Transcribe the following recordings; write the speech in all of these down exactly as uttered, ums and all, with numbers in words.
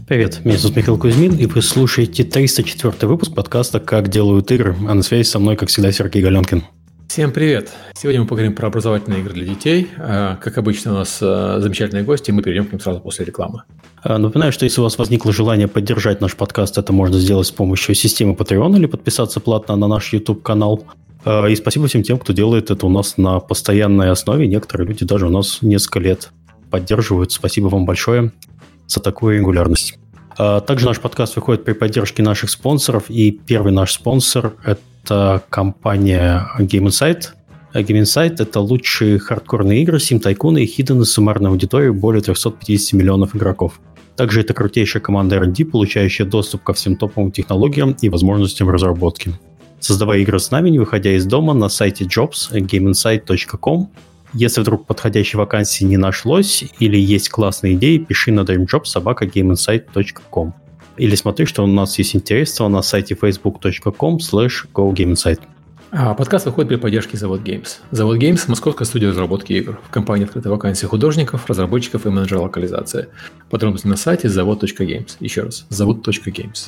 Привет, меня зовут Михаил Кузьмин, и вы слушаете триста четвёртый выпуск подкаста «Как делают игры», а на связи со мной, как всегда, Сергей Галенкин. Всем привет! Сегодня мы поговорим про образовательные игры для детей. Как обычно, у нас замечательные гости, и мы перейдем к ним сразу после рекламы. Напоминаю, что если у вас возникло желание поддержать наш подкаст, это можно сделать с помощью системы Patreon или подписаться платно на наш YouTube-канал. И спасибо всем тем, кто делает это у нас на постоянной основе. Некоторые люди даже у нас несколько лет поддерживают. Спасибо вам большое за такую регулярность. Также наш подкаст выходит при поддержке наших спонсоров, и первый наш спонсор – это компания Game Insight. Game Insight – это лучшие хардкорные игры, сим-тайкуны и хидены с суммарной аудиторией более триста пятьдесят миллионов игроков. Также это крутейшая команда ар энд ди, получающая доступ ко всем топовым технологиям и возможностям разработки. Создавай игры с нами, не выходя из дома, на сайте jobs точка gameinsight точка com. Если вдруг подходящей вакансии не нашлось или есть классные идеи, пиши на dreamjobs собака gameinsight точка com. Или смотри, что у нас есть интересного на сайте facebook точка com слэш go gameinsight. А подкаст выходит при поддержке Завод Games. Завод Games – московская студия разработки игр. В компании открыты вакансии художников, разработчиков и менеджера локализации. Подробности на сайте завод точка games. Еще раз, завод точка games.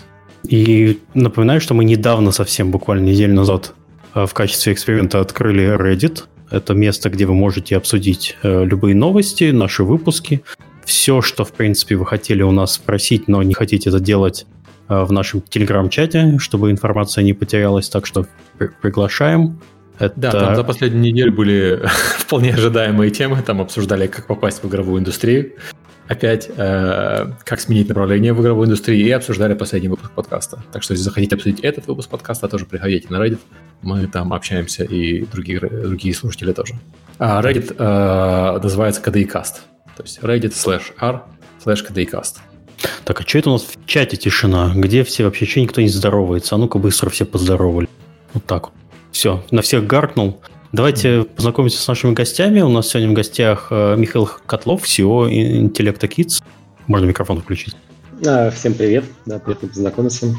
И напоминаю, что мы недавно, совсем буквально неделю назад, в качестве эксперимента открыли Reddit. Это место, где вы можете обсудить э, любые новости, наши выпуски. Все, что, в принципе, вы хотели у нас спросить, но не хотите это делать э, в нашем телеграм-чате, чтобы информация не потерялась. Так что при- приглашаем. Это... Да, там за последнюю неделю были вполне ожидаемые темы. Там обсуждали, как попасть в игровую индустрию. Опять, э, как сменить направление в игровой индустрии, и обсуждали последний выпуск подкаста. Так что, если захотите обсудить этот выпуск подкаста, тоже приходите на Reddit. Мы там общаемся, и другие, другие слушатели тоже. А Reddit э, называется KDIcast. То есть Reddit slash r slash KDIcast. Так, а что это у нас в чате тишина? Где все вообще? Что никто не здоровается? А ну-ка быстро все поздоровали. Вот так вот. Все, на всех гаркнул. Давайте познакомимся с нашими гостями. У нас сегодня в гостях Михаил Котлов, си и о Intellecta Kids. Можно микрофон включить. А, всем привет. Да, приятно познакомиться.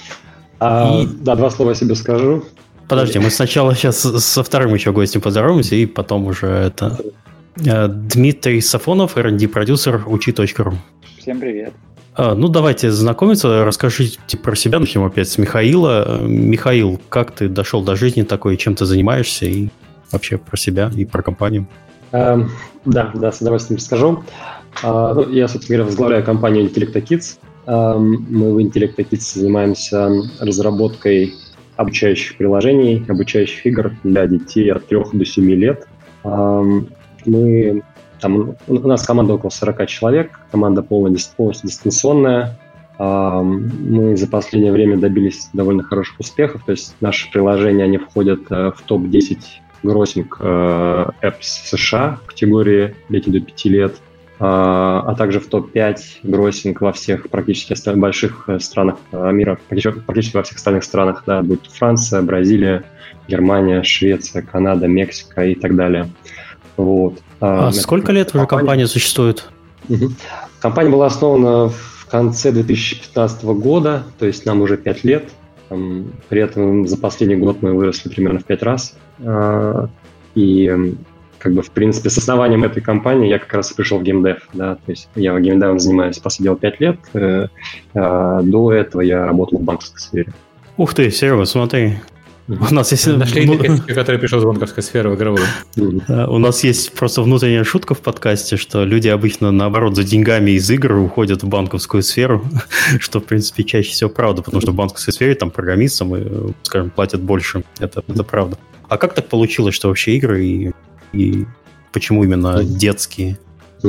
А, и... Да, два слова о себе скажу. Подожди, мы сначала сейчас со вторым еще гостем поздороваемся, и потом уже это... Дмитрий Сафонов, ар энд ди-продюсер учи точка ру. Всем привет. А, ну, давайте знакомиться. Расскажите про себя. Начнем опять с Михаила. Михаил, как ты дошел до жизни такой, чем ты занимаешься, и вообще про себя, и про компанию? А, да, да, с удовольствием расскажу. А, ну, я, собственно говоря, возглавляю компанию Intellecta Kids. А, мы в Intellecta Kids занимаемся разработкой обучающих приложений, обучающих игр для детей от трёх до семи лет. А, мы... Там, у нас команда около сорок человек, команда полностью, полностью дистанционная. Мы за последнее время добились довольно хороших успехов, то есть наши приложения, они входят в топ десять гроссинг apps США в категории дети до пяти лет, а также в топ пять гроссинг во всех практически больших странах мира, практически во всех остальных странах, да, будь то Франция, Бразилия, Германия, Швеция, Канада, Мексика и так далее. Вот. А, а сколько лет уже компания существует? Угу. Компания была основана в конце две тысячи пятнадцатого года, то есть нам уже пять лет. Там, при этом за последний год мы выросли примерно в пять раз. А, и как бы в принципе с основанием этой компании я как раз и пришел в геймдев. Да? То есть я в геймдевом занимаюсь последние пять лет. А, до этого я работал в банковской сфере. Ух ты, Серега, смотри. У нас есть... Нашли техника, который пришел из банковской сферы в игровую. У нас есть просто внутренняя шутка в подкасте, что люди обычно, наоборот, за деньгами из игр уходят в банковскую сферу, что, в принципе, чаще всего правда, потому что в банковской сфере там программистам, скажем, платят больше. Это, это правда. А как так получилось, что вообще игры и, и почему именно детские?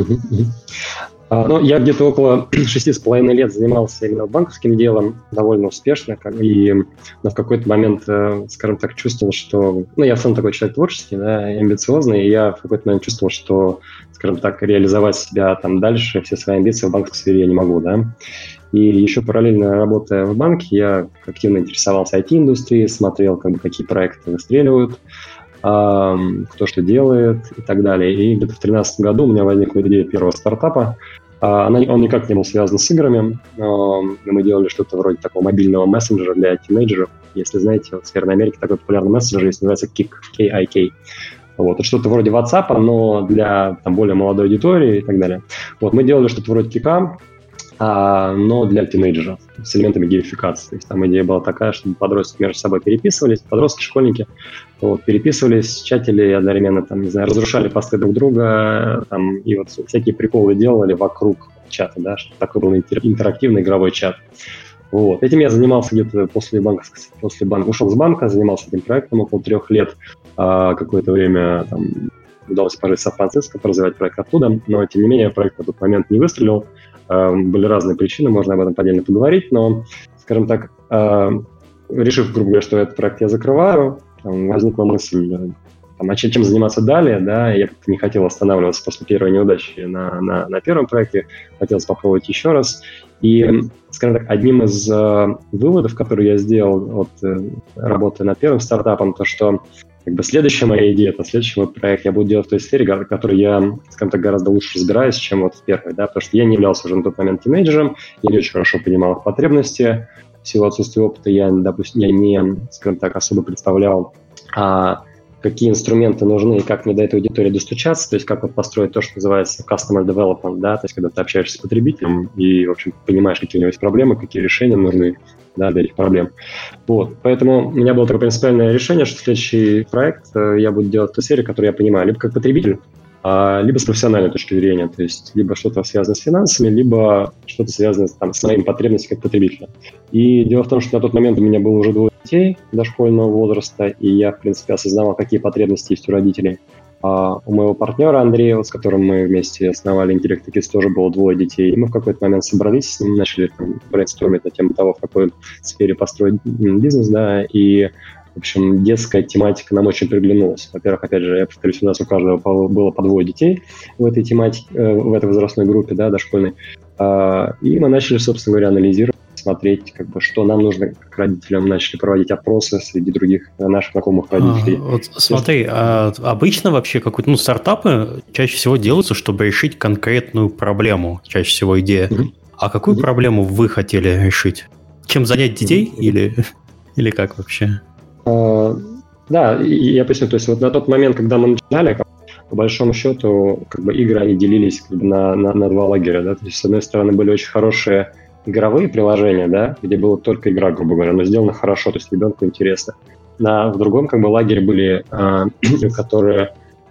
Ну, я где-то около шести с половиной лет занимался именно банковским делом довольно успешно, и но в какой-то момент, скажем так, чувствовал, что... Ну, я сам такой человек творческий, да, амбициозный, и я в какой-то момент чувствовал, что, скажем так, реализовать себя там дальше, все свои амбиции в банковской сфере я не могу, да. И еще параллельно работая в банке, я активно интересовался ай ти-индустрией, смотрел, как бы, какие проекты выстреливают, кто что делает и так далее. И где-то в две тысячи тринадцатом году у меня возникла идея первого стартапа. Она, он никак не был связан с играми. Мы делали что-то вроде такого мобильного мессенджера для тинейджеров. Если знаете, вот в Северной Америке такой популярный мессенджер есть, называется Kik, кей ай кей. Вот, это что-то вроде WhatsApp, но для там, более молодой аудитории и так далее. Вот, мы делали что-то вроде Кика. а, но для тинейджеров с элементами геймификации. То есть там идея была такая, чтобы подростки между собой переписывались, подростки, школьники, вот, переписывались, чатили одновременно, там, не знаю, разрушали посты друг друга, там, и вот всякие приколы делали вокруг чата, да, чтобы такой был интерактивный игровой чат. Вот. Этим я занимался где-то после банка, после банка, ушел с банка, занимался этим проектом около трех лет. А, какое-то время там, удалось пожить в Сан-Франциско, развивать проект оттуда, но, тем не менее, проект на тот момент не выстрелил. А, были разные причины, можно об этом отдельно поговорить, но, скажем так, а, решив, грубо говоря, что этот проект я закрываю, там, возникла мысль, там, а чем, чем заниматься далее, да, я как-то не хотел останавливаться после первой неудачи на, на, на первом проекте, хотелось попробовать еще раз. И, скажем так, одним из э, выводов, которые я сделал, вот, э, работая над первым стартапом, то, что как бы следующая моя идея, это следующий мой проект я буду делать в той сфере, в которой я, скажем так, гораздо лучше разбираюсь, чем вот в первой, да, потому что я не являлся уже на тот момент тинейджером, я не очень хорошо понимал их потребности, в силу отсутствия опыта я, допустим, я не, скажем так, особо представлял, а, какие инструменты нужны и как мне до этой аудитории достучаться, то есть как вот построить то, что называется customer development, да, то есть когда ты общаешься с потребителем и, в общем, понимаешь, какие у него есть проблемы, какие решения нужны, да, для этих проблем. Вот, поэтому у меня было такое принципиальное решение, что следующий проект я буду делать в той сфере, которую я понимаю, либо как потребитель, либо с профессиональной точки зрения, то есть либо что-то связано с финансами, либо что-то связано там, с моими потребностями как потребителя. И дело в том, что на тот момент у меня было уже двое детей дошкольного возраста, и я, в принципе, осознавал, какие потребности есть у родителей. А у моего партнера Андрея, вот, с которым мы вместе основали IntellectKids, тоже было двое детей, и мы в какой-то момент собрались с ним, начали там, брейнстормить на тему того, в какой сфере построить бизнес, да, и в общем, детская тематика нам очень приглянулась. Во-первых, опять же, я повторюсь, у нас у каждого было по двое детей в этой тематике, в этой возрастной группе, да, дошкольной. И мы начали, собственно говоря, анализировать, смотреть, как бы, что нам нужно как родителям, начали проводить опросы среди других наших знакомых родителей. А, вот смотри, а обычно вообще какой-то, ну, стартапы чаще всего делаются, чтобы решить конкретную проблему, чаще всего идея. Mm-hmm. А какую mm-hmm. проблему вы хотели решить? Чем занять детей mm-hmm. или, или как вообще? Uh, да, я поясню, то есть вот на тот момент, когда мы начинали, как, по большому счету, как бы игры, они делились как бы на, на, на два лагеря, да, то есть с одной стороны были очень хорошие игровые приложения, да, где была только игра, грубо говоря, но сделано хорошо, то есть ребенку интересно. На, в другом как бы лагере были, э, которые,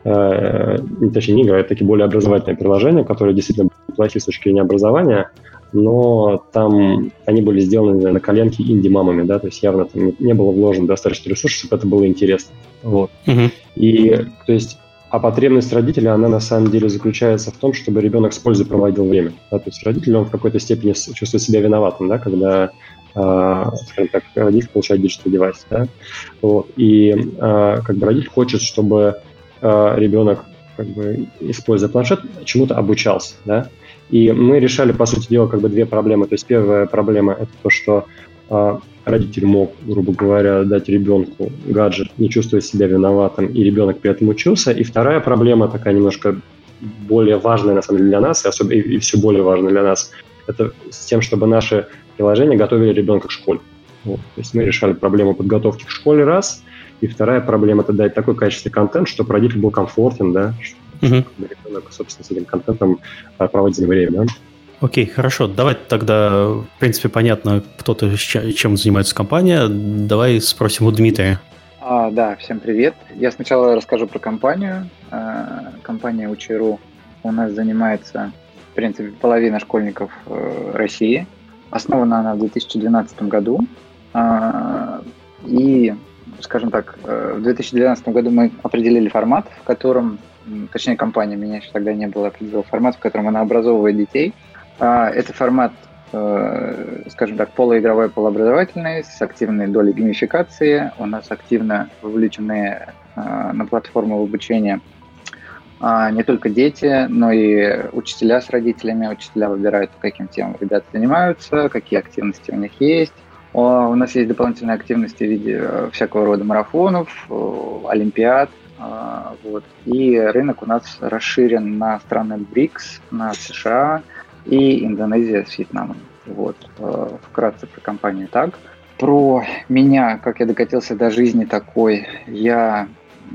э, точнее не игры, а такие более образовательные приложения, которые действительно были плохие с точки зрения образования, но там они были сделаны на коленке инди-мамами, да, то есть явно там не было вложено достаточно ресурсов, чтобы это было интересно. Вот. Uh-huh. И, то есть, а потребность родителя, она на самом деле заключается в том, чтобы ребенок с пользой проводил время. Да? То есть родитель, он в какой-то степени чувствует себя виноватым, да, когда, э, скажем так, родитель получает digital девайс, да, вот. И э, как бы родитель хочет, чтобы э, ребенок, как бы, используя планшет, чему-то обучался, да. И мы решали, по сути дела, как бы две проблемы. То есть первая проблема – это то, что э, родитель мог, грубо говоря, дать ребенку гаджет, не чувствуя себя виноватым, и ребенок при этом учился. И вторая проблема, такая немножко более важная, на самом деле, для нас, и, особенно, и, и все более важная для нас, это с тем, чтобы наши приложения готовили ребенка к школе. Вот. То есть мы решали проблему подготовки к школе раз, и вторая проблема – это дать такой качественный контент, чтобы родитель был комфортен, да, чтобы uh-huh. ребенок, собственно, с этим контентом проводил время, да. Окей, хорошо. Давай тогда, в принципе, понятно, кто-то чем занимается компания. Давай спросим у Дмитрия. А, да, всем привет. Я сначала расскажу про компанию. А, компания Учи.ру у нас занимается, в принципе, половина школьников э, России. Основана она в две тысячи двенадцатом году. А, и, скажем так, в две тысячи двенадцатом году мы определили формат, в котором, точнее, компания, меня еще тогда не было, определила формат, в котором она образовывает детей. Это формат, скажем так, полуигровой, полуобразовательный, с активной долей геймификации. У нас активно вовлечены на платформу обучения не только дети, но и учителя с родителями. Учителя выбирают, каким темам ребята занимаются, какие активности у них есть. У нас есть дополнительные активности в виде всякого рода марафонов, олимпиад. Вот. И рынок у нас расширен на страны БРИКС, на США и Индонезия с Вьетнамом. Вот. Вкратце про компанию так. Про меня, как я докатился до жизни такой, я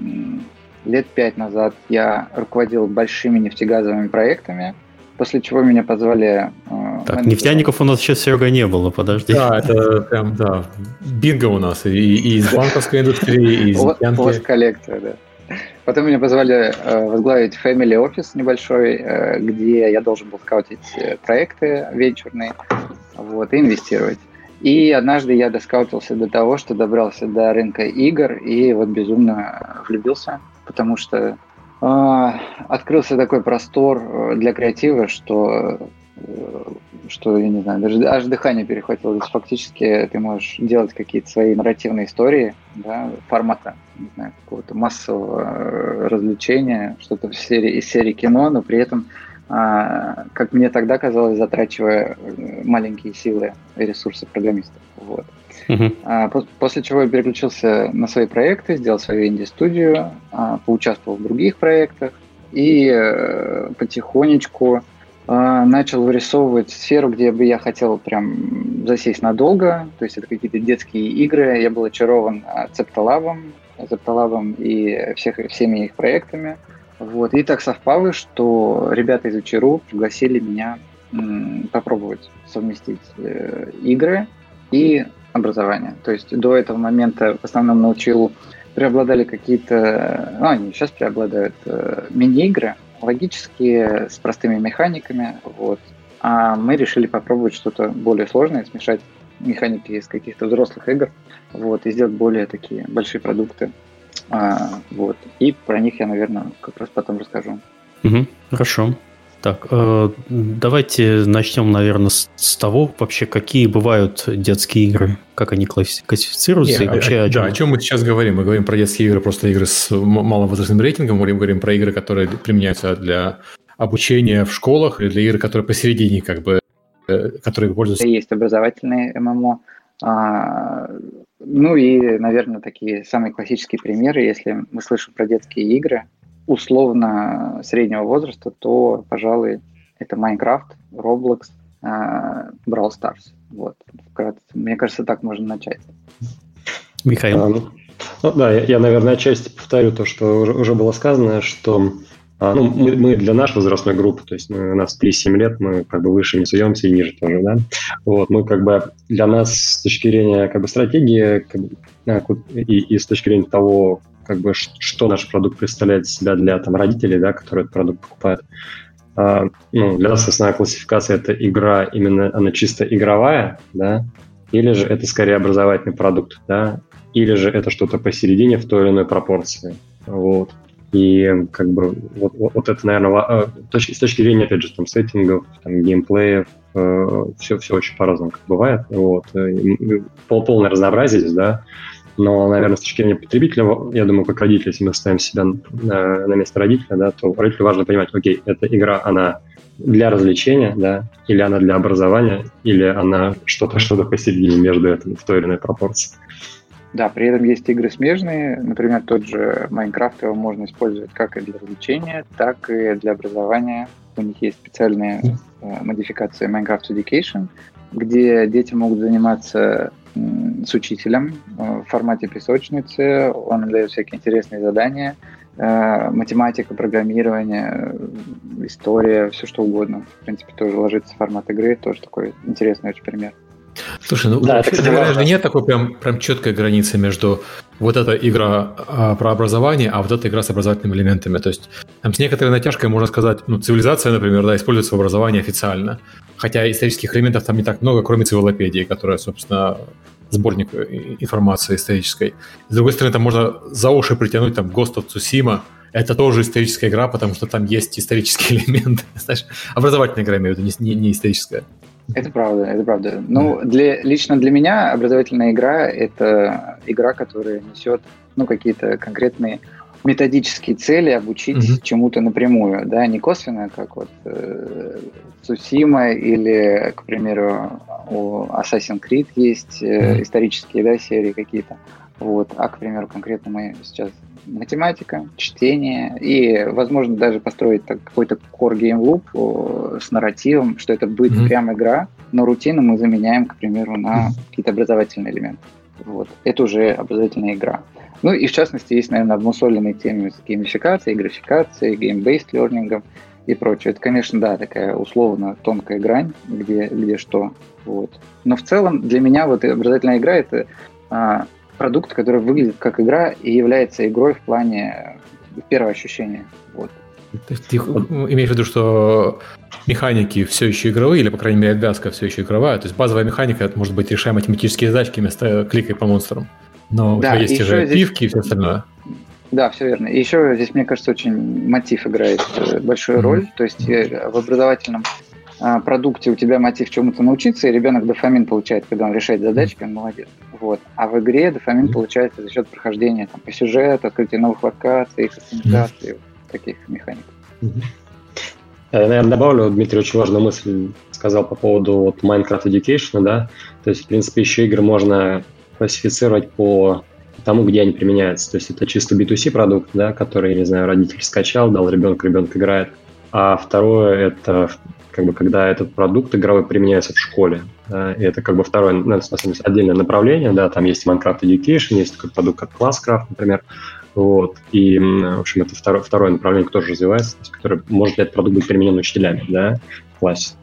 лет пять назад я руководил большими нефтегазовыми проектами, после чего меня позвали Так, нефтяников у нас сейчас, Серега, не было, подожди. Да, это прям, да, бинго у нас. И, и из банковской индустрии, и из нефтянки. У вас коллекция, да. Потом меня позвали э, возглавить Family Office небольшой, э, где я должен был скаутить проекты венчурные, вот, и инвестировать. И однажды я доскаутился до того, что добрался до рынка игр и вот безумно влюбился, потому что э, открылся такой простор для креатива, что, э, что я не знаю, даже аж дыхание перехватило. То есть фактически ты можешь делать какие-то свои нарративные истории, да, формата, не знаю, какого-то массового развлечения, что-то в серии, из серии кино, но при этом, а, как мне тогда казалось, затрачивая маленькие силы и ресурсы программистов. Вот. Uh-huh. А, по- после чего я переключился на свои проекты, сделал свою инди-студию, а, поучаствовал в других проектах и а, потихонечку а, начал вырисовывать сферу, где бы я хотел прям засесть надолго. То есть это какие-то детские игры. Я был очарован Цептолабом, Цептолабом и всех, всеми их проектами. Вот. И так совпало, что ребята из УЧРУ пригласили меня м, попробовать совместить э, игры и образование. То есть до этого момента в основном на УЧРУ преобладали какие-то, ну, они сейчас преобладают э, мини-игры, логические, с простыми механиками. Вот. А мы решили попробовать что-то более сложное, смешать механики из каких-то взрослых игр, вот, и сделать более такие большие продукты. А, вот. И про них я, наверное, как раз потом расскажу. Угу, хорошо. Так, э, давайте начнем, наверное, с, с того, вообще, какие бывают детские игры, как они класси- классифицируются. Не, и вообще, а, о чем... Да, о чем мы сейчас говорим? Мы говорим про детские игры, просто игры с маловозрастным рейтингом, мы говорим про игры, которые применяются для обучения в школах, или для игр, которые посередине, как бы, которые пользуются... Есть образовательные ММО. А, ну и, наверное, такие самые классические примеры, если мы слышим про детские игры, условно среднего возраста, то, пожалуй, это Майнкрафт, Roblox, Brawl Stars. Вот, вкратце. Мне кажется, так можно начать. Михаил. А, ну, ну, да, я, я, наверное, отчасти повторю то, что уже, уже было сказано, что а, ну, мы, мы для нашей возрастной группы, то есть мы, у нас три-семь лет, мы как бы выше не суемся и ниже тоже, да. Вот, мы как бы для нас с точки зрения как бы стратегии как бы, и, и с точки зрения того, как бы, что наш продукт представляет из себя для там, родителей, да, которые этот продукт покупают. А, ну, для нас основная классификация – это игра, именно она чисто игровая, да, или же это скорее образовательный продукт, да, или же это что-то посередине в той или иной пропорции. Вот. И как бы вот, вот, вот это, наверное, с точки зрения, опять же, там, сеттингов, там, геймплеев, э, все, все очень по-разному как бывает. Вот. Пол, полное разнообразие здесь, да. Но, наверное, с точки зрения потребителя, я думаю, как родители, если мы ставим себя на, на место родителя, да, то родителю важно понимать, окей, эта игра, она для развлечения, да, или она для образования, или она что-то, что-то посередине между этим в той или иной пропорции. Да, при этом есть игры смежные, например, тот же Майнкрафт, его можно использовать как и для развлечения, так и для образования. У них есть специальные э, модификации Minecraft Education, где дети могут заниматься м, с учителем э, в формате песочницы, он им дает всякие интересные задания, э, математика, программирование, история, все что угодно. В принципе, тоже ложится в формат игры, тоже такой интересный очень пример. Слушай, ну да, вообще, говоря, же нет такой прям, прям четкой границы между вот эта игра а, про образование, а вот эта игра с образовательными элементами. То есть там с некоторой натяжкой можно сказать, ну, цивилизация, например, да, используется в образовании официально. Хотя исторических элементов там не так много, кроме цивилопедии, которая, собственно, сборник информации исторической. С другой стороны, там можно за уши притянуть там Ghost of Tsushima. Это тоже историческая игра, потому что там есть исторические элементы. Знаешь, образовательная игра, имею в виду, не, не историческая. Это правда, это правда. Ну, для, лично для меня образовательная игра – это игра, которая несет, ну, какие-то конкретные методические цели обучить mm-hmm. чему-то напрямую, да, не косвенно, как вот э, Цусима или, к примеру, у Assassin's Creed есть э, mm-hmm. исторические, да, серии какие-то, вот, а, к примеру, конкретно мы сейчас математика, чтение и, возможно, даже построить так, какой-то core game loop с нарративом, что это будет mm-hmm. прям игра, но рутину мы заменяем, к примеру, на mm-hmm. какие-то образовательные элементы. Вот. Это уже образовательная игра. Ну и, в частности, есть, наверное, обмусоленные темы с геймификацией, графикацией, game-based learning. и прочее. Это, конечно, да, такая условно тонкая грань, где, где что. Вот. Но в целом для меня вот образовательная игра – это а, продукт, который выглядит как игра и является игрой в плане первого ощущения. Вот. То есть ты имеешь в виду, что механики все еще игровые, или, по крайней мере, обвязка все еще игровая? То есть базовая механика – это может быть решая математические задачки вместо кликай по монстрам. Но да, у тебя есть те же здесь... пивки и все остальное. Да, все верно. И еще здесь, мне кажется, очень мотив играет большую mm-hmm. роль. То есть в образовательном а, продукте у тебя мотив чему-то научиться, и ребенок дофамин получает, когда он решает задачки, он молодец. Вот. А в игре дофамин mm-hmm. получается за счет прохождения там, по сюжету, открытия новых локаций, кастомизации, mm-hmm. таких механик. Mm-hmm. Я, наверное, добавлю, Дмитрий очень важную мысль сказал по поводу вот, Minecraft Education, да, то есть, в принципе, еще игры можно классифицировать по тому, где они применяются, то есть это чисто би ту си продукт, да, который, не знаю, родитель скачал, дал ребенку, ребенок играет, а второе, это как бы когда этот продукт игровой применяется в школе, да, и это как бы второе, ну, на самом деле, отдельное направление, да, там есть Minecraft Education, есть такой продукт, как Classcraft, например, вот, и, в общем, это второе, второе направление, которое тоже развивается, то есть, которое может ли этот продукт быть применен учителями, да, в классе.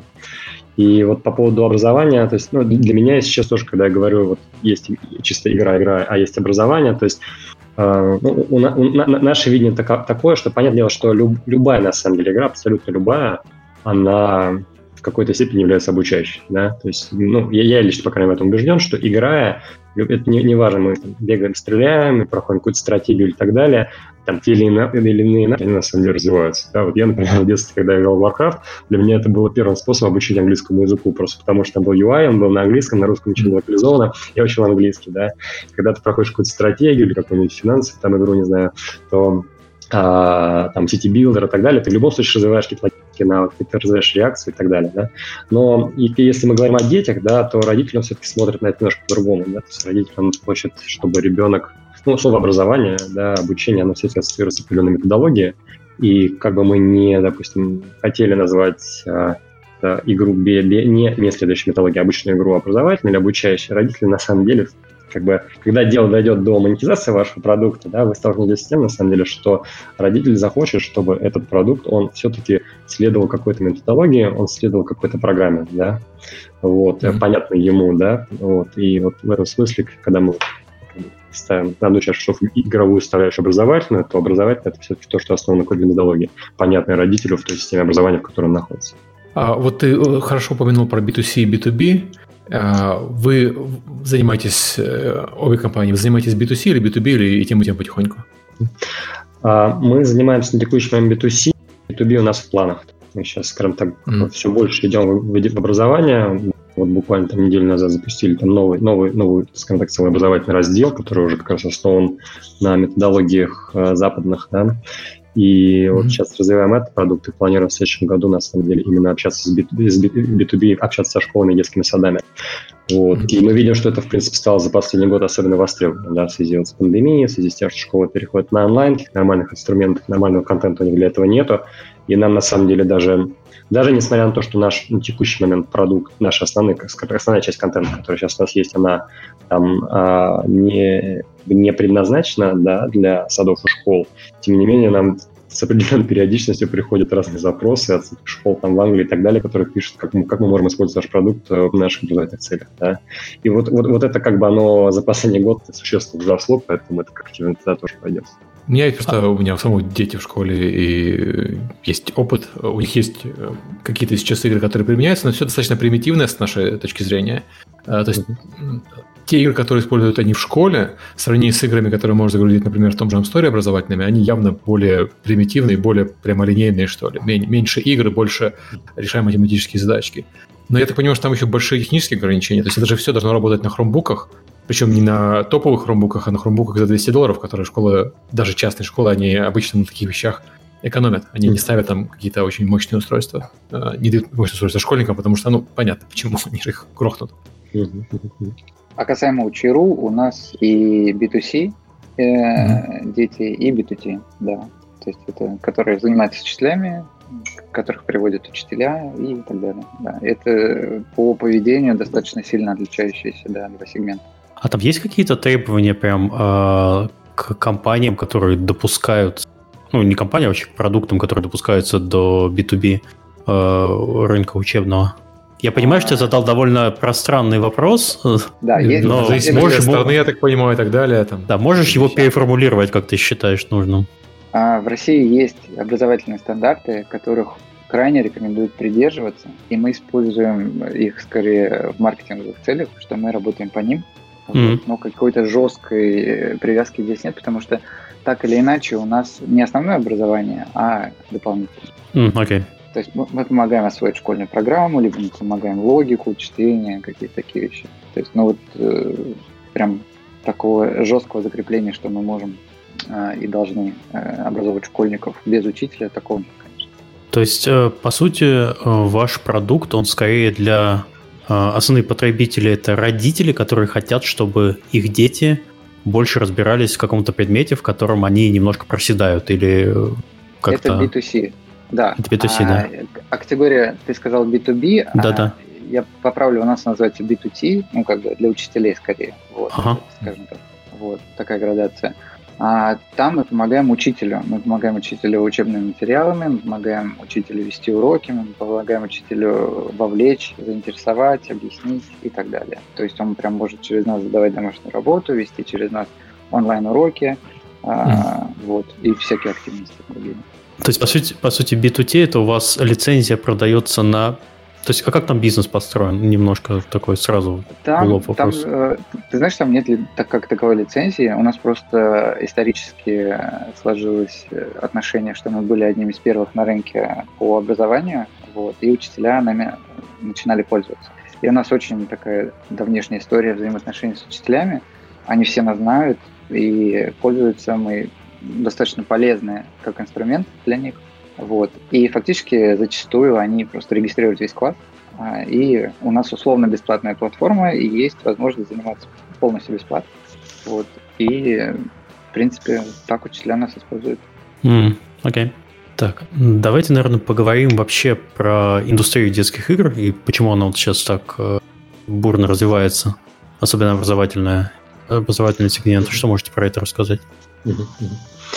И вот по поводу образования, то есть, ну, для меня сейчас тоже, когда я говорю, вот есть чисто игра, игра, а есть образование, то есть э, ну, у, у, у, наше видение тако, такое, что понятное дело, что люб, любая, на самом деле, игра, абсолютно любая, она в какой-то степени является обучающей, да, то есть, ну, я, я лично, по крайней мере, в этом убежден, что играя, это не, не важно, мы там, бегаем, стреляем, мы проходим какую-то стратегию и так далее, там те или иные, или иные они на самом деле развиваются. Да? Вот я, например, в детстве, когда играл в Warcraft, для меня это было первым способом обучить английскому языку, просто потому что там был ю ай, он был на английском, на русском ничего не локализовано, я учил английский, да. Когда ты проходишь какую-то стратегию или какую-нибудь финансовую там игру, не знаю, то а, там сити-билдер и так далее, ты в любом случае развиваешь какие-то логические навыки, ты развиваешь реакцию и так далее, да. Но и, если мы говорим о детях, да, то родители все-таки смотрят на это немножко по-другому, да, то есть родителям хочет, чтобы ребенок, ну, слово образование, да, обучение, оно все ассоциируется с определенной методологией, и как бы мы не, допустим, хотели назвать а, а, игру бе, бе, не, не следующей методологией, а обычную игру образовательную или обучающей, родители на самом деле, как бы, когда дело дойдет до монетизации вашего продукта, да, вы столкнетесь с тем, на самом деле, что родитель захочет, чтобы этот продукт, он все-таки следовал какой-то методологии, он следовал какой-то программе, да, вот, mm-hmm. понятно ему, да, вот, и вот в этом смысле, когда мы ставим на одну чашу весов игровую составляющую образовательную, то образовательное – это все-таки то, что основано на какой-то методологии, понятное родителю в той системе образования, в которой он находится. А, вот ты хорошо упомянул про би ту си и би ту би. А, вы занимаетесь, обе компании, вы занимаетесь би ту си или би ту би, или и тем, и тем потихоньку? А, мы занимаемся на текущий момент би ту си, би ту би у нас в планах. Мы сейчас, скажем так, mm. все больше идем в, в образование. Вот буквально там неделю назад запустили там новый, новый, новый, скажем так, целый образовательный раздел, который уже как раз основан на методологиях э, западных, да. И mm-hmm. вот сейчас развиваем этот продукт и планируем в следующем году, на самом деле, именно общаться с би ту би, общаться со школами и детскими садами. Вот. Mm-hmm. И мы видим, что это, в принципе, стало за последний год особенно востребовано, да, в связи вот с пандемией, в связи с тем, что школы переходят на онлайн, нормальных инструментов, нормального контента у них для этого нету. И нам, на самом деле, даже... Даже несмотря на то, что наш на текущий момент продукт, наша основная, основная часть контента, которая сейчас у нас есть, она там, а, не, не предназначена, да, для садов и школ. Тем не менее, нам с определенной периодичностью приходят разные запросы от школ там, в Англии и так далее, которые пишут, как мы, как мы можем использовать наш продукт в наших образовательных целях. Да. И вот, вот, вот это как бы оно за последний год существенно взросло, поэтому это как активно туда тоже пойдет. У меня просто а... у меня самого дети в школе, и есть опыт, у них есть какие-то сейчас игры, которые применяются, но все достаточно примитивное с нашей точки зрения. То есть mm-hmm. те игры, которые используют они в школе, в сравнении с играми, которые можно загрузить, например, в том же Amstory образовательными, они явно более примитивные, более прямолинейные, что ли. Меньше игр, больше решаем математические задачки. Но я так понимаю, что там еще большие технические ограничения, то есть это же все должно работать на хромбуках. Причем не на топовых хромбуках, а на хромбуках за двести долларов, которые школы, даже частные школы, они обычно на таких вещах экономят. Они не ставят там какие-то очень мощные устройства, не дают мощные устройства школьникам, потому что, ну, понятно, почему они же их грохнут. А касаемо УЧРУ, у нас и би ту си э, mm-hmm. дети, и би ту ти, да. То есть это, которые занимаются с учителями, которых приводят учителя и так далее. Да. Это по поведению достаточно сильно отличающиеся, да, два сегмента. А там есть какие-то требования прям э, к компаниям, которые допускают ну, не компания, а вообще к продуктам, которые допускаются до би ту би э, рынка учебного? Я понимаю, что я задал довольно пространный вопрос. Да, есть. Но зависит от страны, я так понимаю, и так далее. Там. Да, можешь его переформулировать, как ты считаешь нужным? А, в России есть образовательные стандарты, которых крайне рекомендуют придерживаться, и мы используем их скорее в маркетинговых целях, что мы работаем по ним. Mm-hmm. Вот. Но какой-то жесткой привязки здесь нет, потому что так или иначе у нас не основное образование, а дополнительное. Mm, okay. То есть мы, мы помогаем освоить школьную программу, либо мы помогаем логику, чтение, какие-то такие вещи. То есть, ну вот э, прям такого жесткого закрепления, что мы можем э, и должны э, образовывать школьников без учителя, такого нет, конечно. То есть, э, по сути, э, ваш продукт, он скорее для э, основных потребителей, это родители, которые хотят, чтобы их дети больше разбирались в каком-то предмете, в котором они немножко проседают, или как-то... Это би ту си. Да. Это би ту си, а, да. А категория, ты сказал би ту би, да, а да. Я поправлю, у нас называется би ту ти, ну, как бы для учителей скорее, вот, ага. скажем так. Вот, такая градация. А там мы помогаем учителю. Мы помогаем учителю учебными материалами, мы помогаем учителю вести уроки, мы помогаем учителю вовлечь, заинтересовать, объяснить и так далее. То есть он прям может через нас задавать домашнюю работу, вести через нас онлайн-уроки, mm. а, вот, и всякие активности другие. То есть, по сути, по сути, би ту ти это у вас лицензия продается на... То есть, а как там бизнес построен? Немножко такой сразу там, лоб вопрос. Там, э, ты знаешь, там нет ли так как таковой лицензии. У нас просто исторически сложилось отношение, что мы были одним из первых на рынке по образованию, вот, и учителя нами начинали пользоваться. И у нас очень такая давнешняя история взаимоотношений с учителями. Они все нас знают и пользуются мы достаточно полезны как инструмент для них. Вот. И фактически зачастую они просто регистрируют весь класс, и у нас условно бесплатная платформа, и есть возможность заниматься полностью бесплатно. Вот. И, в принципе, так учителя нас используют. Mm, окей. Так, давайте, наверное, поговорим вообще про индустрию детских игр и почему она вот сейчас так э, бурно развивается, особенно образовательная, образовательный сегмент. Что можете про это рассказать? Mm-hmm.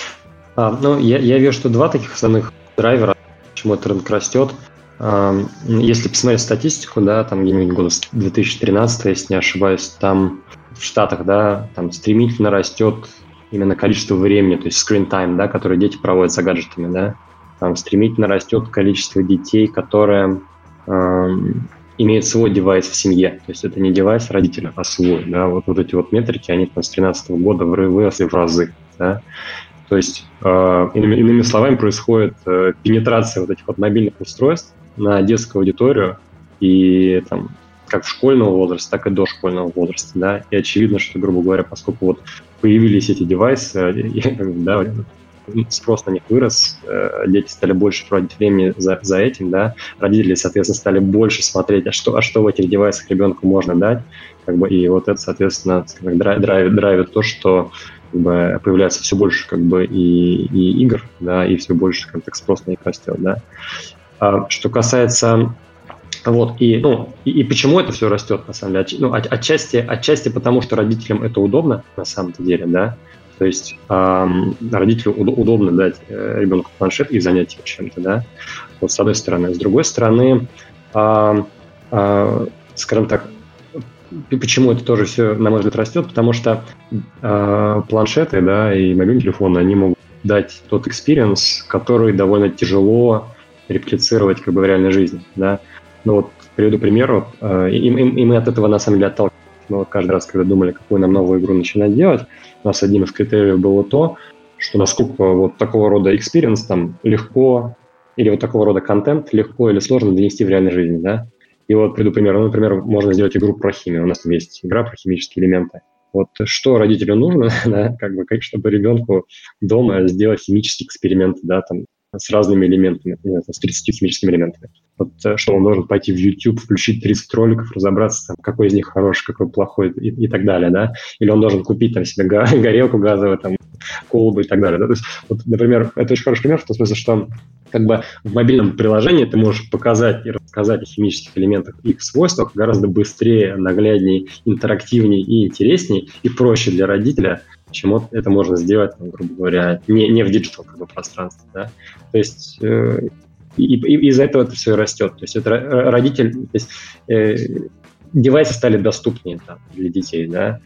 А, ну, я, я вижу, что два таких основных драйвера, почему этот рынок растет. А, если посмотреть статистику, да, там где-нибудь года две тысячи тринадцатого, если не ошибаюсь, там в Штатах, да, там стремительно растет именно количество времени, то есть screen time, да, которое дети проводят за гаджетами, да. Там стремительно растет количество детей, которые э, имеют свой девайс в семье. То есть это не девайс родителя, а свой, да. Вот, вот эти вот метрики, они там с две тысячи тринадцатого года выросли в разы, да. То есть, э, иными, иными словами, происходит э, пенетрация вот этих вот мобильных устройств на детскую аудиторию, и там, как в школьного возраста, так и дошкольного возраста, да, и очевидно, что, грубо говоря, поскольку вот появились эти девайсы, да, спрос на них вырос, э, дети стали больше проводить времени за, за этим, да, родители, соответственно, стали больше смотреть, а что, а что в этих девайсах ребенку можно дать, как бы, и вот это, соответственно, драйвит, драйвит то, что как бы, появляется все больше как бы и, и игр, да, и все больше как так спрос на них растет, да. А, что касается вот, и, ну, и, и почему это все растет, на самом деле, От, ну, от, отчасти, отчасти потому, что родителям это удобно, на самом-то деле, да, то есть эм, родителю удобно дать э, ребенку планшет и занять его чем-то, да, вот с одной стороны. С другой стороны, э, э, скажем так, почему это тоже все, на мой взгляд, растет, потому что э, планшеты, да, и мобильные телефоны, они могут дать тот экспириенс, который довольно тяжело реплицировать как бы в реальной жизни, да. Ну вот, приведу пример, вот, э, и, и, и мы от этого на самом деле отталкиваемся. Мы вот каждый раз, когда думали, какую нам новую игру начинать делать, у нас одним из критериев было то, что насколько вот такого рода experience там легко, или вот такого рода контент легко или сложно донести в реальной жизни, да. И вот приведу пример. Ну, например, можно сделать игру про химию. У нас там есть игра про химические элементы. Вот что родителю нужно, да, как бы, как, чтобы ребенку дома сделать химические эксперименты, да, там, с разными элементами, с тридцатью химическими элементами. Вот что он должен пойти в YouTube, включить тридцать роликов, разобраться, там, какой из них хороший, какой плохой и, и так далее, да. Или он должен купить там себе горелку газовую, там, колбу и так далее. Да? То есть, вот, например, это очень хороший пример в том смысле, что как бы в мобильном приложении ты можешь показать и рассказать о химических элементах и их свойствах гораздо быстрее, нагляднее, интерактивнее и интереснее, и проще для родителя, почему это можно сделать, ну, грубо говоря, не, не в диджитал как бы, пространстве, да. То есть э, и, и из-за этого это все растет. То есть это родитель, то есть, э, девайсы стали доступнее там, для детей, да.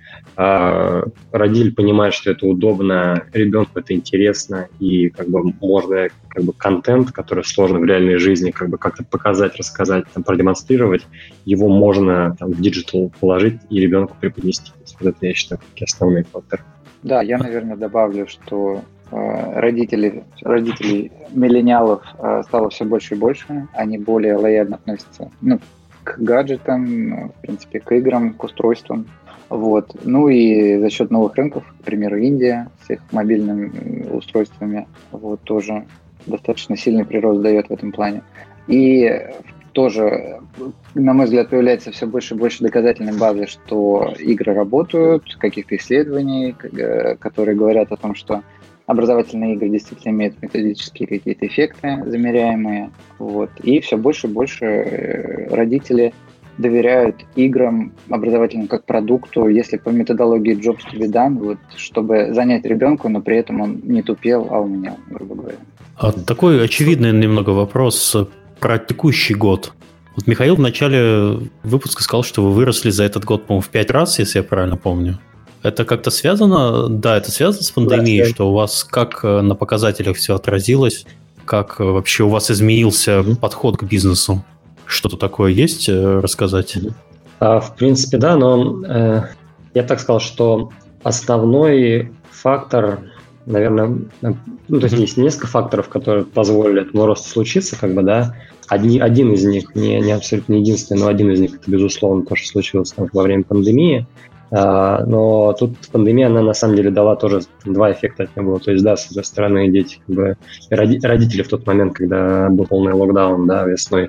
А родитель понимает, что это удобно, ребенку это интересно, и как бы можно как бы контент, который сложно в реальной жизни как бы как-то показать, рассказать, там, продемонстрировать, его можно там, в диджитал положить и ребенку преподнести. То есть, вот это, я считаю, такие основные факторы. Да, я, наверное, добавлю, что э, родители, родителей миллениалов э, стало все больше и больше, они более лояльно относятся, ну, к гаджетам, в принципе, к играм, к устройствам. Вот. Ну и за счет новых рынков, к примеру, Индия с их мобильными устройствами, вот, тоже достаточно сильный прирост дает в этом плане. И тоже, на мой взгляд, появляется все больше и больше доказательной базы, что игры работают, каких-то исследований, которые говорят о том, что образовательные игры действительно имеют методические какие-то эффекты замеряемые. Вот. И все больше и больше родители доверяют играм образовательным как продукту, если по методологии Jobs to be done, вот, чтобы занять ребенка, но при этом он не тупел, а умнел, грубо говоря. А такой очевидный немного вопрос про текущий год. Вот Михаил в начале выпуска сказал, что вы выросли за этот год, по-моему, в пять раз, если я правильно помню. Это как-то связано? Да, это связано с пандемией, да, что у вас как на показателях все отразилось, как вообще у вас изменился mm-hmm. подход к бизнесу? Что-то такое есть рассказать? А, в принципе, да, но э, я так сказал, что основной фактор, наверное, ну, то есть есть несколько факторов, которые позволили этому росту случиться, как бы, да. Одни, один из них, не, не абсолютно единственный, но один из них, это, безусловно, то, что случилось там, во время пандемии. А, но тут пандемия, она на самом деле дала тоже два эффекта от нее было. То есть, да, с одной стороны, дети, как бы, родители в тот момент, когда был полный локдаун, да, весной,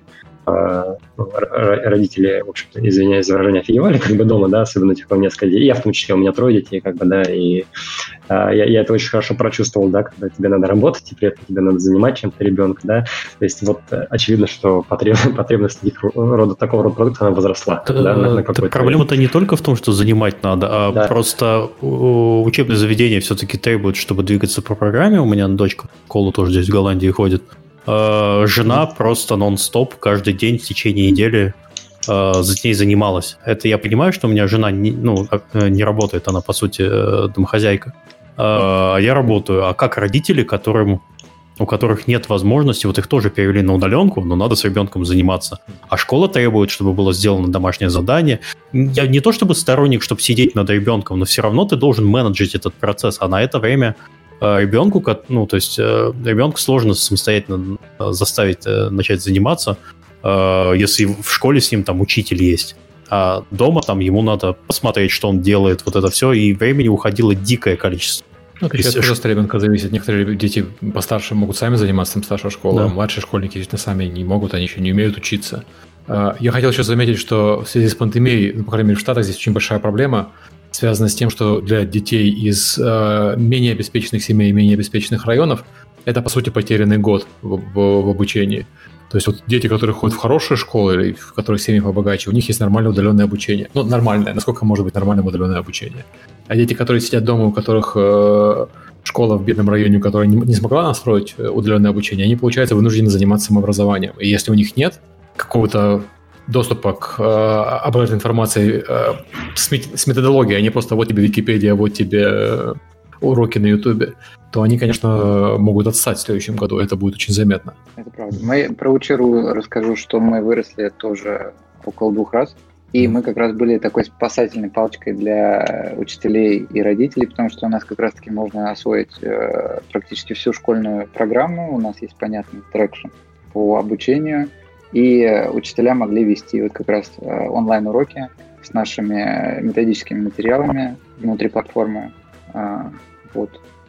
родители, в общем-то, извиняюсь за выражение, офигевали как бы дома, да, особенно типа несколько детей. Я в том числе, у меня трое детей, как бы, да, и а, я, я это очень хорошо прочувствовал, да, когда тебе надо работать, и при этом тебе надо занимать чем-то ребенка, да. То есть вот очевидно, что потреб, потребность таких рода, такого рода продукта, она возросла. Т- да, на, на проблема-то не только в том, что занимать надо, а да. просто учебные заведения все-таки требуют, чтобы двигаться по программе. У меня дочка в школу тоже здесь в Голландии ходит. Жена просто нон-стоп каждый день в течение недели э, за ней занималась. Это я понимаю, что у меня жена не, ну, не работает, она, по сути, домохозяйка. А я работаю. А как родители, которым, у которых нет возможности, вот их тоже перевели на удаленку, но надо с ребенком заниматься. А школа требует, чтобы было сделано домашнее задание. Я не то чтобы сторонник, чтобы сидеть над ребенком, но все равно ты должен менеджить этот процесс, а на это время ребенку, ну, то есть ребенку сложно самостоятельно заставить начать заниматься, если в школе с ним там учитель есть, а дома там ему надо посмотреть, что он делает, вот это все, и времени уходило дикое количество. Ну, это сейчас просто ребенка зависит. Некоторые дети постарше могут сами заниматься, там старшая школа, да. Младшие школьники действительно сами не могут, они еще не умеют учиться. Я хотел еще заметить, что в связи с пандемией, ну, по крайней мере, в Штатах здесь очень большая проблема, связано с тем, что для детей из э, менее обеспеченных семей и менее обеспеченных районов это, по сути, потерянный год в, в, в обучении. То есть вот дети, которые ходят в хорошие школы, или в которых семьи побогаче, у них есть нормальное удаленное обучение. Ну, нормальное. Насколько может быть нормальное удаленное обучение? А дети, которые сидят дома, у которых э, школа в бедном районе, которая не, не смогла настроить удаленное обучение, они, получается, вынуждены заниматься самообразованием. И если у них нет какого-то доступа к э, обратной информации э, с, с методологией, а не просто вот тебе Википедия, вот тебе э, уроки на Ютубе, то они, конечно, могут отстать в следующем году. Это будет очень заметно. Это правда. Мы про Учеру расскажу, что мы выросли тоже около двух раз. И мы как раз были такой спасательной палочкой для учителей и родителей, потому что у нас как раз-таки можно освоить э, практически всю школьную программу. У нас есть понятный трекшн по обучению. И учителя могли вести вот как раз онлайн-уроки с нашими методическими материалами внутри платформы. Вот.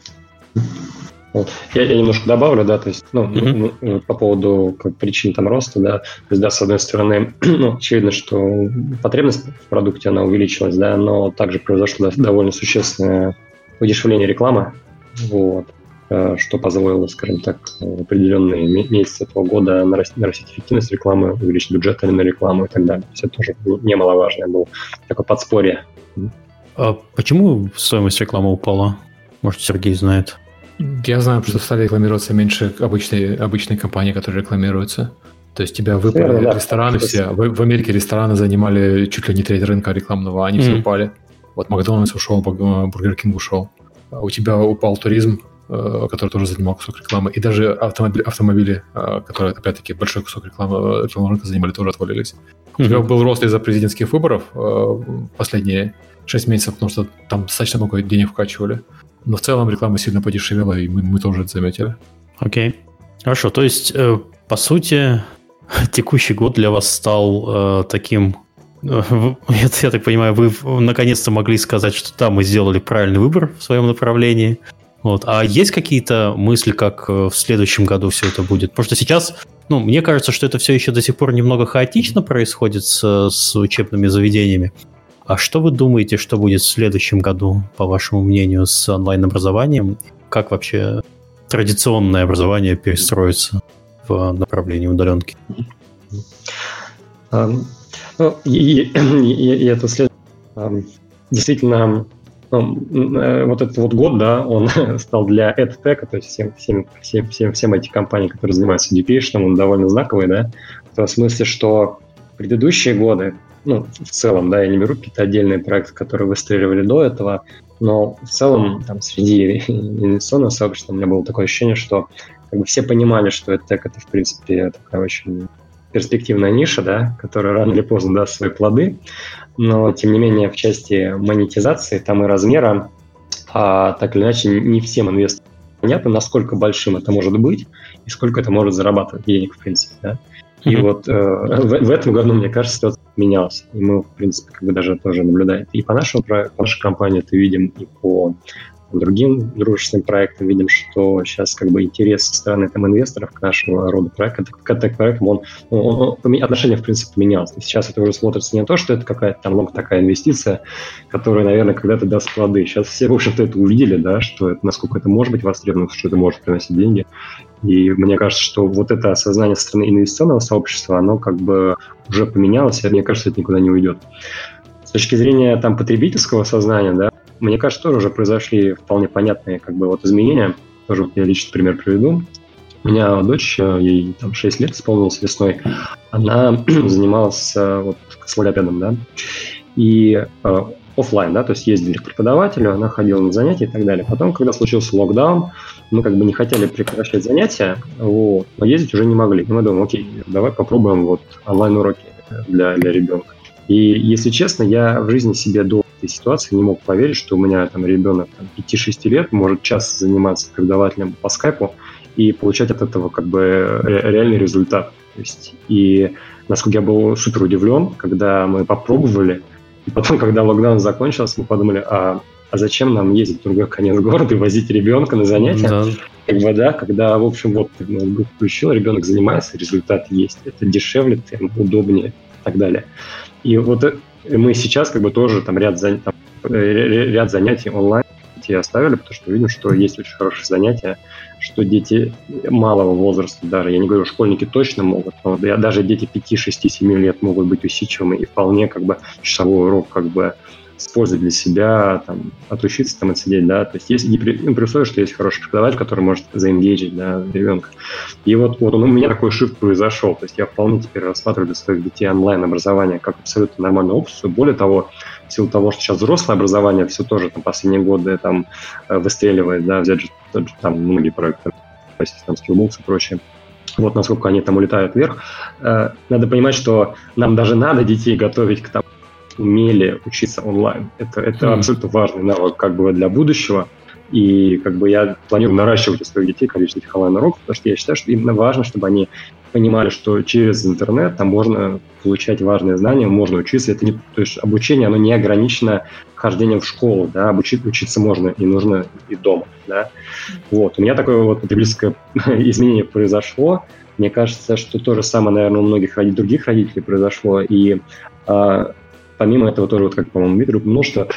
Вот. Я, я немножко добавлю, да, то есть, ну, mm-hmm. ну, по поводу как, причин там роста, да, то есть, да, с одной стороны, ну, очевидно, что потребность в продукте, она увеличилась, да, но также произошло довольно существенное удешевление рекламы, вот, что позволило, скажем так, в определенные месяцы этого года нарастить, нарастить эффективность рекламы, увеличить бюджет на рекламу и так далее. То есть это тоже немаловажное было такое подспорье. А почему стоимость рекламы упала? Может, Сергей знает? Я знаю, что стали рекламироваться меньше обычной, обычной компании, которые рекламируются. То есть тебя выпали Наверное, рестораны да. все. В, в Америке рестораны занимали чуть ли не треть рынка рекламного, они mm-hmm. все упали. Вот Макдональдс ушел, Бургер Кинг ушел. У тебя упал туризм, который тоже занимал кусок рекламы. И даже автомобили, автомобили которые, опять-таки, большой кусок рекламы рекламного рынка занимали, тоже отвалились. Mm-hmm. У тебя был рост из-за президентских выборов последние шесть месяцев, потому что там достаточно много денег вкачивали. Но в целом реклама сильно подешевела, и мы, мы тоже это заметили. Окей. Okay. Хорошо, то есть, э, по сути, текущий год для вас стал э, таким... Э, я, я так понимаю, вы наконец-то могли сказать, что да, мы сделали правильный выбор в своем направлении. Вот. А есть какие-то мысли, как в следующем году все это будет? Потому что сейчас, ну, мне кажется, что это все еще до сих пор немного хаотично происходит с, с учебными заведениями. А что вы думаете, что будет в следующем году, по вашему мнению, с онлайн-образованием? Как вообще традиционное образование перестроится в направлении удаленки? Um, ну, и, и, и, и это след... um, действительно, ну, вот этот вот год, да, он стал для EdTech, то есть всем, всем, всем, всем, всем этим компаниям, которые занимаются education, он довольно знаковый, да, в том смысле, что предыдущие годы, ну, в целом, да, я не беру какие-то отдельные проекты, которые выстреливали до этого, но в целом там среди инвестиционного сообщества у меня было такое ощущение, что как бы все понимали, что EdTech это, в принципе, такая очень перспективная ниша, да, которая рано или поздно даст свои плоды, но, тем не менее, в части монетизации, там и размера, а, так или иначе, не всем инвесторам понятно, насколько большим это может быть и сколько это может зарабатывать денег, в принципе, да. И mm-hmm. вот э, в, в этом году, мне кажется, ситуация менялась. И мы, в принципе, как бы даже тоже наблюдаем. И по нашему проекту, по нашей компании это видим, и по другим дружественным проектам видим, что сейчас как бы интерес со стороны там, инвесторов к нашему роду проектам, к этим проектам, он, он, он, отношение, в принципе, поменялось. И сейчас это уже смотрится не то, что это какая-то там много такая инвестиция, которая, наверное, когда-то даст плоды. Сейчас все, в общем-то, это увидели, да, что это, насколько это может быть востребовано, что это может приносить деньги. И мне кажется, что вот это осознание со стороны инвестиционного сообщества, оно как бы уже поменялось, и мне кажется, это никуда не уйдет. С точки зрения там потребительского сознания, да, мне кажется, тоже уже произошли вполне понятные как бы вот изменения. Тоже вот я личный пример приведу. У меня дочь, ей там шесть лет исполнилось весной, она занималась вот с логопедом, да, и э, офлайн, да, то есть ездили к преподавателю, она ходила на занятия и так далее. Потом, когда случился локдаун, мы как бы не хотели прекращать занятия, вот, но ездить уже не могли. И мы думаем, окей, давай попробуем вот онлайн-уроки для, для ребенка. И, если честно, я в жизни себе до этой ситуации не мог поверить, что у меня там ребенок там, пять-шесть лет может час заниматься преподавателем по скайпу и получать от этого как бы реальный результат. То есть, и насколько я был супер удивлен, когда мы попробовали, и потом, когда локдаун закончился, мы подумали, а, а зачем нам ездить в другой конец города и возить ребенка на занятия? Да. Как бы, да, когда, в общем, вот ты ноутбук включил, ребенок занимается, результат есть. Это дешевле, удобнее и так далее. И вот мы сейчас как бы тоже там ряд, зан... там, ряд занятий онлайн оставили, потому что видим, что есть очень хорошие занятия, что дети малого возраста даже, я не говорю, школьники точно могут, но даже дети пять, шесть, семь лет могут быть усидчивыми и вполне как бы часовой урок как бы использовать для себя, там, отучиться там отсидеть, да, то есть есть, ну, при условии, что есть хороший преподаватель, который может заэнгейджить, да, ребенка. И вот, вот он, у меня такой шифт произошел, то есть я вполне теперь рассматриваю для своих детей онлайн-образование как абсолютно нормальную опцию. Более того, в силу того, что сейчас взрослое образование все тоже там последние годы там выстреливает, да, взять же тот же, там многие проекты, там Skillbox и прочее. Вот насколько они там улетают вверх. Надо понимать, что нам даже надо детей готовить к тому, умели учиться онлайн. Это, это mm. абсолютно важный навык как бы для будущего. И как бы я планирую наращивать у своих детей количество этих онлайн-уроков, потому что я считаю, что именно важно, чтобы они понимали, что через интернет там можно получать важные знания, можно учиться. Это не, то есть обучение, оно не ограничено хождением в школу, да, обучить, учиться можно и нужно и дома, да. Вот. У меня такое вот потребительское изменение произошло. Мне кажется, что то же самое, наверное, у многих других родителей произошло. И помимо этого тоже, вот как, по-моему, Дмитрий упомянул, что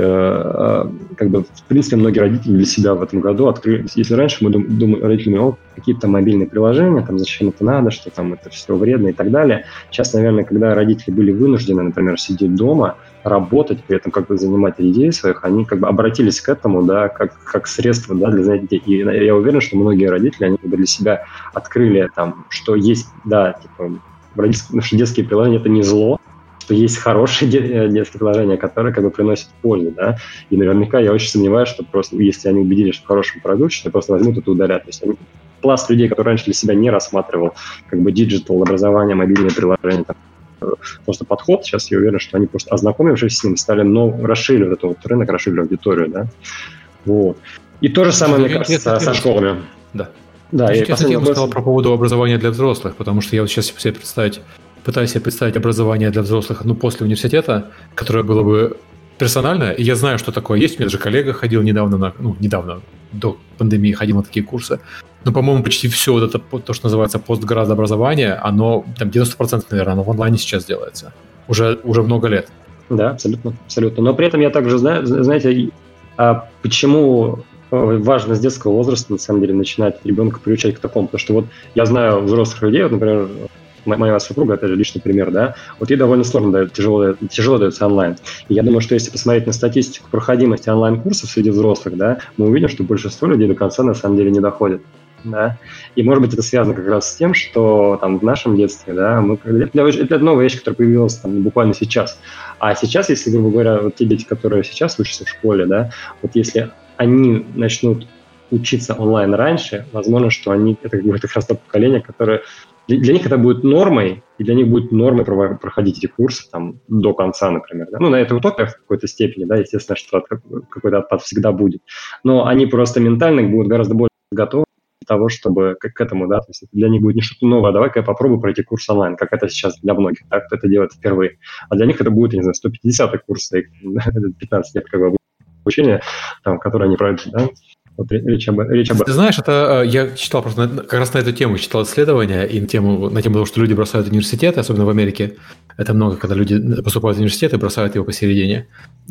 э, как бы, в принципе, многие родители для себя в этом году открыли, если раньше мы дум, думали, родители думали, о, какие-то мобильные приложения, там, зачем это надо, что там это все вредно и так далее. Сейчас, наверное, когда родители были вынуждены, например, сидеть дома, работать, при этом как бы занимать детей своих, они как бы обратились к этому, да, как, как средство, да, для занятия детей. И я уверен, что многие родители, они как бы для себя открыли там, что есть, да, типа, что детские приложения – это не зло, что есть хорошие детские приложения, которые как бы приносят пользу, да, и наверняка я очень сомневаюсь, что просто, если они убедились, что в хорошем продукте, что просто возьмут это и удалят. То есть они, пласт людей, которые раньше для себя не рассматривал как бы диджитал, образование, мобильные приложения, там, просто подход, сейчас я уверен, что они просто ознакомившись с ним, стали, но расширили вот этот вот рынок, расширили аудиторию, да, вот. И то же самое, мне кажется, со школами. Да. Да, я последний вопрос сказал про поводу образования для взрослых, потому что я вот сейчас себе представить, пытаюсь себе представить образование для взрослых, ну, после университета, которое было бы персональное, и я знаю, что такое есть, у меня даже коллега ходил недавно, на, ну, недавно, до пандемии ходил на такие курсы, но, по-моему, почти все вот это, то, что называется постград образование, оно, там, девяносто процентов, наверное, оно в онлайне сейчас делается, уже, уже много лет. Да, абсолютно, абсолютно, но при этом я также знаю, знаете, а почему... важно с детского возраста, на самом деле, начинать ребенка приучать к такому, потому что вот я знаю взрослых людей, вот, например, моя супруга, опять же, личный пример, да, вот ей довольно сложно дает, тяжело, тяжело дается онлайн. И я думаю, что если посмотреть на статистику проходимости онлайн-курсов среди взрослых, да, мы увидим, что большинство людей до конца на самом деле не доходит. Да? И, может быть, это связано как раз с тем, что там в нашем детстве, да, мы, это, это новая вещь, которая появилась там, буквально сейчас. А сейчас, если, грубо говоря, вот те дети, которые сейчас учатся в школе, да, вот если они начнут учиться онлайн раньше, возможно, что они, это будет как раз то поколение, которое для, для них это будет нормой, и для них будет нормой проходить эти курсы там до конца, например. Да? Ну, на это утопия в какой-то степени, да, естественно, что какой-то отпад всегда будет. Но они просто ментально будут гораздо более готовы для того, чтобы к, к этому, да, то есть для них будет не что-то новое, давай-ка я попробую пройти курс онлайн, как это сейчас для многих, да, кто это делает впервые. А для них это будет, я не знаю, сто пятидесятый курс, пятнадцать лет как бы обучения, там, которое они пройдут, да. Вот речь об, речь об... Ты знаешь, это я читал просто на, как раз на эту тему, читал исследования и на тему, на тему того, что люди бросают университеты, особенно в Америке. Это много, когда люди поступают в университет и бросают его посередине.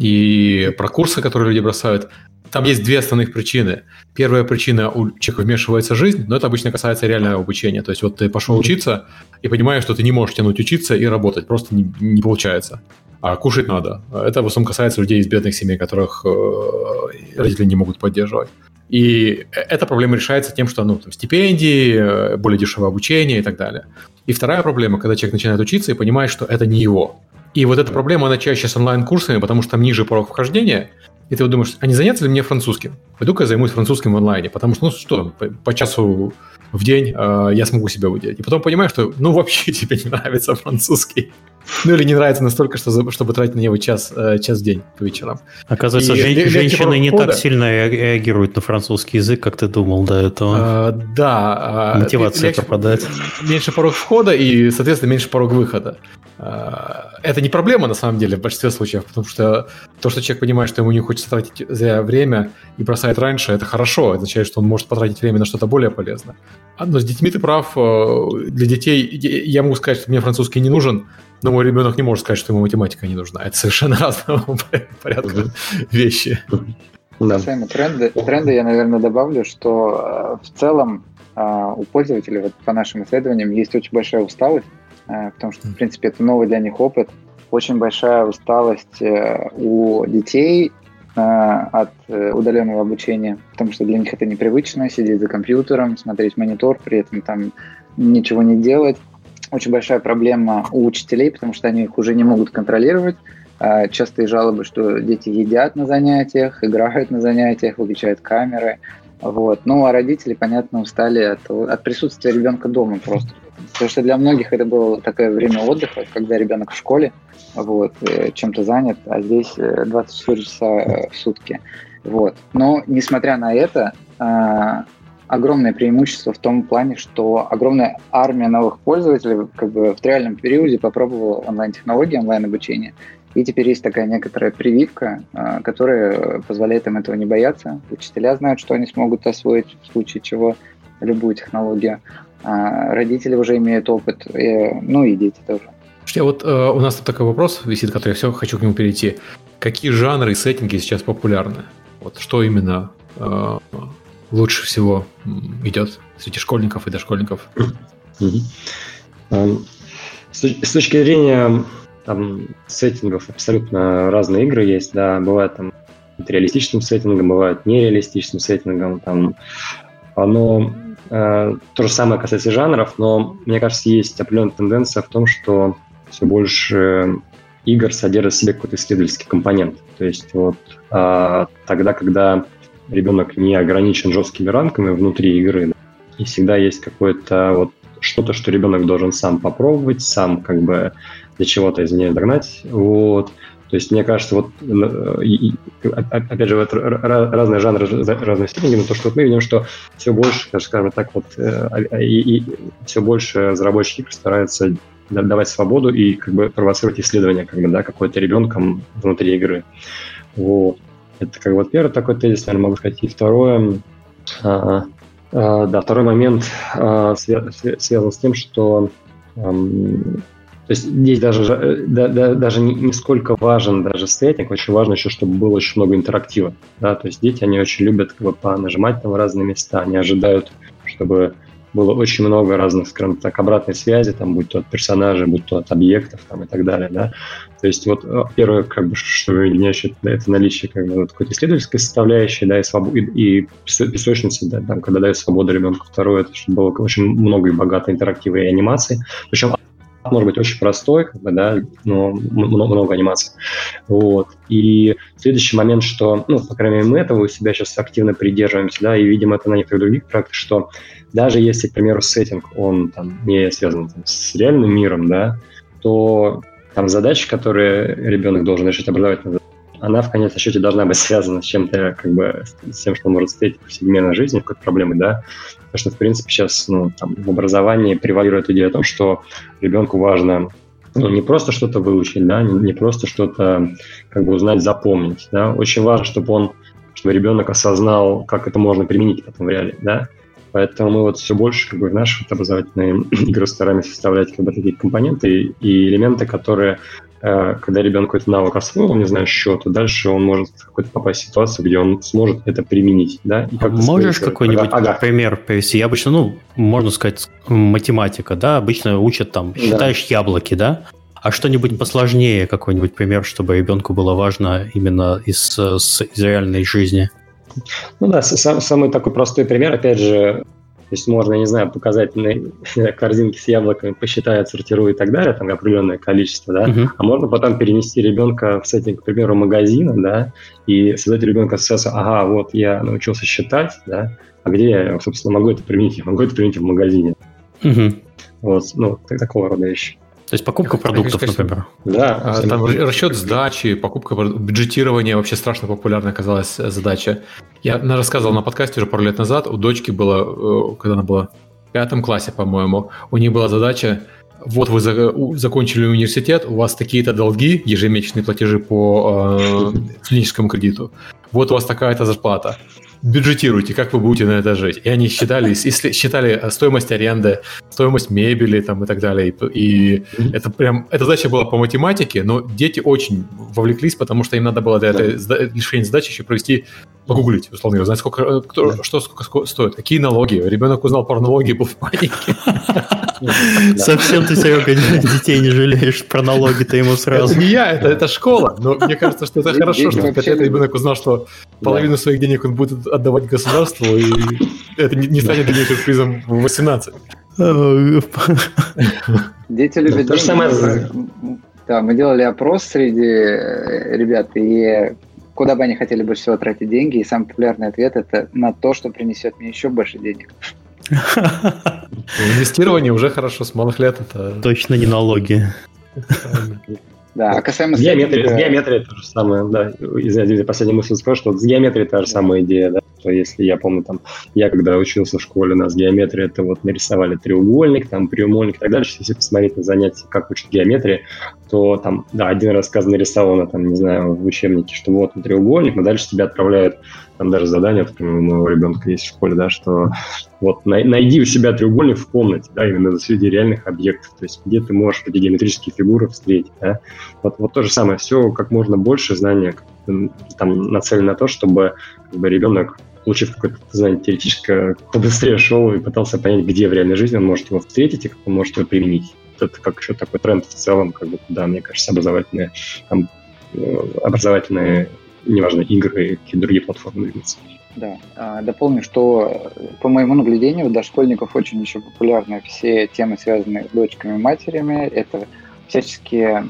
И про курсы, которые люди бросают. Там есть две основных причины. Первая причина – у человека вмешивается жизнь, но это обычно касается реального обучения. То есть вот ты пошел учиться и понимаешь, что ты не можешь тянуть учиться и работать, просто не, не получается. А кушать надо. Это в основном касается людей из бедных семей, которых э, родители не могут поддерживать. И эта проблема решается тем, что ну, там, стипендии, более дешевое обучение и так далее. И вторая проблема, когда человек начинает учиться и понимает, что это не его. И вот эта проблема, она чаще с онлайн-курсами, потому что там ниже порог вхождения. И ты вот думаешь, а не заняться ли мне французским? Пойду-ка я займусь французским в онлайне, потому что, ну что, по, по часу в день э, я смогу себя выделить. И потом понимаешь, что ну вообще тебе не нравится французский. Ну или не нравится настолько, что, чтобы тратить на него час, час в день по вечерам. Оказывается, и, жен- женщины не так сильно реагируют на французский язык, как ты думал до этого. А, да. Мотивация легче, пропадает. Меньше порог входа и, соответственно, меньше порог выхода. Это не проблема, на самом деле, в большинстве случаев, потому что то, что человек понимает, что ему не хочется тратить зря время и бросает раньше, это хорошо. Это означает, что он может потратить время на что-то более полезное. Но с детьми ты прав. Для детей я могу сказать, что мне французский не нужен, но мой ребенок не может сказать, что ему математика не нужна. Это совершенно разного порядка вещи. Касаемо тренды, тренды я, наверное, добавлю, что в целом у пользователей, вот по нашим исследованиям, есть очень большая усталость, потому что, в принципе, это новый для них опыт. Очень большая усталость у детей от удаленного обучения, потому что для них это непривычно, сидеть за компьютером, смотреть монитор, при этом там ничего не делать. Очень большая проблема у учителей, потому что они их уже не могут контролировать. Частые жалобы, что дети едят на занятиях, играют на занятиях, выключают камеры. Вот. Ну, а родители, понятно, устали от, от присутствия ребенка дома просто. Потому что для многих это было такое время отдыха, когда ребенок в школе, вот, чем-то занят, а здесь двадцать четыре часа в сутки. Вот. Но, несмотря на это, огромное преимущество в том плане, что огромная армия новых пользователей как бы в реальном периоде попробовала онлайн-технологии, онлайн-обучение. И теперь есть такая некоторая прививка, которая позволяет им этого не бояться. Учителя знают, что они смогут освоить в случае чего любую технологию. Родители уже имеют опыт, ну и дети тоже. Слушайте, а вот э, у нас тут такой вопрос висит, который я все хочу к нему перейти. Какие жанры и сеттинги сейчас популярны? Вот что именно э, лучше всего идет среди школьников и дошкольников? Mm-hmm. С точки зрения там, сеттингов абсолютно разные игры есть, да, бывает там реалистичным сеттингом, бывает нереалистичным сеттингом, там оно э, то же самое касается жанров, но мне кажется, есть определенная тенденция в том, что все больше игр содержит в себе какой-то исследовательский компонент. То есть вот э, тогда, когда ребенок не ограничен жесткими рамками внутри игры, да, и всегда есть какое-то вот что-то, что ребенок должен сам попробовать, сам как бы для чего-то, извиняюсь, догнать. Вот. То есть, мне кажется, вот и, опять же, вот разные жанры, разные степени, но то, что вот мы видим, что все больше, скажем так, вот и, и все больше разработчики игр стараются давать свободу и как бы провоцировать исследования как бы, да, какой-то ребенком внутри игры. Вот. Это как бы вот первый такой тезис, наверное, могу сказать. И второе, а, а, да, второй момент а, свя- связан с тем, что ам, то есть здесь даже, да, да, даже не, не сколько важен даже сеттинг, очень важно еще, чтобы было очень много интерактива. Да? То есть дети, они очень любят как бы, понажимать там в разные места, они ожидают, чтобы было очень много разных, скажем так, обратной связи, там, будь то от персонажей, будь то от объектов там, и так далее. Да? То есть вот первое, как бы, что объединяет, это наличие как бы, вот, какой-то исследовательской составляющей, да, и, своб... и, и песочницы, да, там, когда дает свободу ребенку. Второе, это чтобы было очень много и богато интерактива и анимации. Причем может быть очень простой, как бы, да, но много, много анимаций. Вот. И следующий момент, что, ну, по крайней мере, мы этого у себя сейчас активно придерживаемся, да, и видим это на некоторых других проектах, что даже если, к примеру, сеттинг, он там не связан там, с реальным миром, да, то там задача, которые ребенок должен решить, образовательная, она в конечном счете должна быть связана с чем-то, как бы, с тем, что он может встретить в повседневной жизни, какой-то проблемой, да. Потому что, в принципе, сейчас ну, там, в образовании превалирует идея о том, что ребенку важно ну, не просто что-то выучить, да, не, не просто что-то как бы узнать, запомнить, да. Очень важно, чтобы он, чтобы ребенок осознал, как это можно применить потом в реалии, да. Поэтому мы вот все больше как бы, в наши вот, образовательные игры стараемся вставлять как бы, такие компоненты и элементы, которые, э, когда ребенок какой-то навык освоил, не знаю, счета, дальше он может в какую-то попасть в ситуацию, где он сможет это применить. Да? И можешь какой-нибудь ага. пример привести? Я обычно, ну, можно сказать, математика, да, обычно учат там, считаешь да. яблоки, да? А что-нибудь посложнее, какой-нибудь пример, чтобы ребенку было важно именно из, из реальной жизни? Ну да, сам, самый такой простой пример, опять же, то есть можно, я не знаю, показать на корзинки с яблоками, посчитай, отсортируй и так далее, там определенное количество, да, uh-huh. а можно потом перенести ребенка в сеттинг, к примеру, магазина, да, и создать ребенка ассоциацию, ага, вот я научился считать, да, а где я, собственно, могу это применить? Я могу это применить в магазине. Uh-huh. Вот, ну, такого рода вещи. То есть покупка продуктов, например. Да. А, там расчет сдачи, покупка, бюджетирование вообще страшно популярная оказалась задача. Я рассказывал на подкасте уже пару лет назад, у дочки было, когда она была в пятом классе, по-моему, у нее была задача, вот вы за, у, закончили университет, у вас такие-то долги, ежемесячные платежи по э, студенческому кредиту, вот у вас такая-то зарплата. Бюджетируйте, как вы будете на это жить. И они считали, считали стоимость аренды, стоимость мебели там, и так далее. И, и mm-hmm. это прям, эта задача была по математике, но дети очень вовлеклись, потому что им надо было для yeah. этой решения задачи еще провести, погуглить, условно говоря, знать, сколько, кто, yeah. что сколько стоит, какие налоги. Ребенок узнал про налоги и был в панике. Совсем ты, Серега, детей не жалеешь про налоги-то ему сразу. Это не я, это школа. Но мне кажется, что это хорошо, что хотя ребенок узнал, что половину своих денег он будет отдавать государству, и это не станет для них сюрпризом в восемнадцать. Дети любят деньги. Да, мы делали опрос среди ребят, и куда бы они хотели больше всего тратить деньги, и самый популярный ответ – это на то, что принесет мне еще больше денег. Инвестирование уже хорошо, с малых лет это... Точно не налоги. Да, а касаемо... С геометрией, с геометрией то же самое, да. Извините, последняя мысль скажу, что с геометрией та же самая идея, да. Что если я помню, там, я когда учился в школе, у нас геометрия, это вот нарисовали треугольник, там, прямоугольник и так далее. Если посмотреть на занятия, как учат геометрии, то там, да, один раз сказано нарисовано, там, не знаю, в учебнике, что вот треугольник, но дальше тебя отправляют там даже задание, например, у моего ребенка есть в школе, да, что вот найди у себя треугольник в комнате, да, именно среди реальных объектов, то есть где ты можешь эти геометрические фигуры встретить, да. Вот, вот то же самое, все как можно больше знания там нацелено на то, чтобы как бы, ребенок, получив какое-то знание теоретическое, побыстрее шел и пытался понять, где в реальной жизни он может его встретить и как он может его применить. Это как еще такой тренд в целом, как бы, да, мне кажется, образовательные, там, образовательные, неважно, игры и какие-то другие платформы двигаются. Да, дополню, что по моему наблюдению у дошкольников очень еще популярны все темы, связанные с дочками и матерями. Это всяческие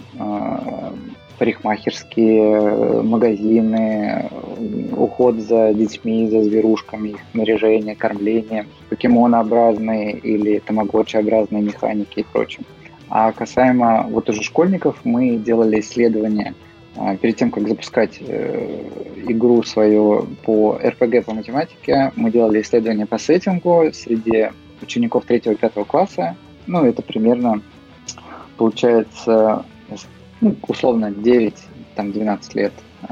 парикмахерские, магазины, уход за детьми, за зверушками, их снаряжение, кормление, покемонообразные или тамагочи-образные механики и прочее. А касаемо вот уже школьников, мы делали исследования перед тем, как запускать игру свою по эр пи джи по математике. Мы делали исследования по сеттингу среди учеников третьего-пятого класса. Ну, это примерно, получается, ну, условно девять-двенадцать лет.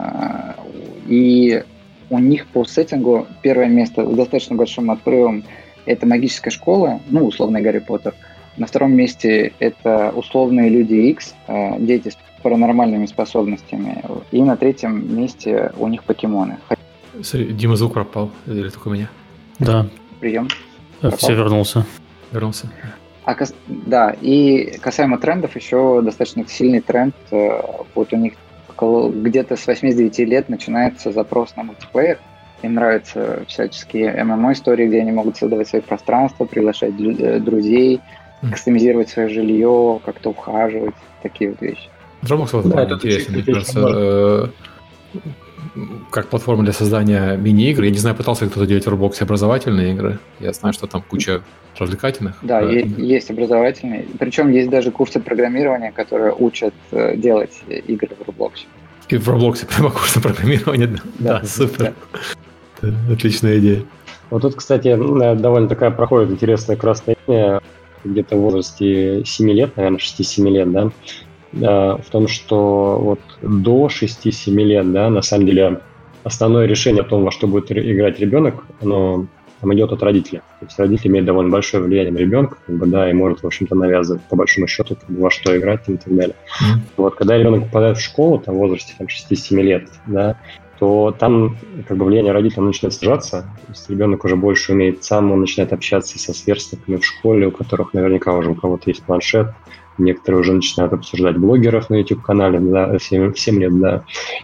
И у них по сеттингу первое место с достаточно большим отрывом – это магическая школа, ну, условный Гарри Поттер. На втором месте это условные Люди Икс, дети с паранормальными способностями. И на третьем месте у них покемоны. Смотри, Дима, звук пропал. Или только у меня? Да. Прием. Пропал. Все, вернулся. Вернулся. А, да, и касаемо трендов, еще достаточно сильный тренд. Вот у них где-то с восьми-девяти лет начинается запрос на мультиплеер. Им нравятся всяческие эм эм о-истории, где они могут создавать свои пространства, приглашать друзей, кастомизировать свое жилье, как-то ухаживать, такие вот вещи. Roblox вот да, это интересно, мне кажется, как платформа для создания мини-игр. Я не знаю, пытался ли кто-то делать в Roblox образовательные игры. Я знаю, что там куча развлекательных. Да, да. Есть, есть образовательные. Причем есть даже курсы программирования, которые учат делать игры в Roblox. И в Roblox прямо курсы программирования? Да, да, супер. Да. Отличная идея. Вот тут, кстати, довольно такая проходит интересная красная линия, где-то в возрасте семи лет, наверное, шести-семи лет, да, в том, что вот до шести-семи лет, да, на самом деле основное решение о том, во что будет играть ребенок, оно там идет от родителя. То есть родитель имеет довольно большое влияние на ребенка, как бы, да, и может, в общем-то, навязывать по большому счету, как бы, во что играть и так далее. Mm-hmm. Вот, когда ребенок попадает в школу, там, в возрасте там, шести-семи лет, да, то там как бы влияние родителя начинает снижаться, то есть ребенок уже больше умеет сам, он начинает общаться со сверстниками в школе, у которых наверняка уже у кого-то есть планшет, некоторые уже начинают обсуждать блогеров на YouTube-канале, да, в семь лет, да,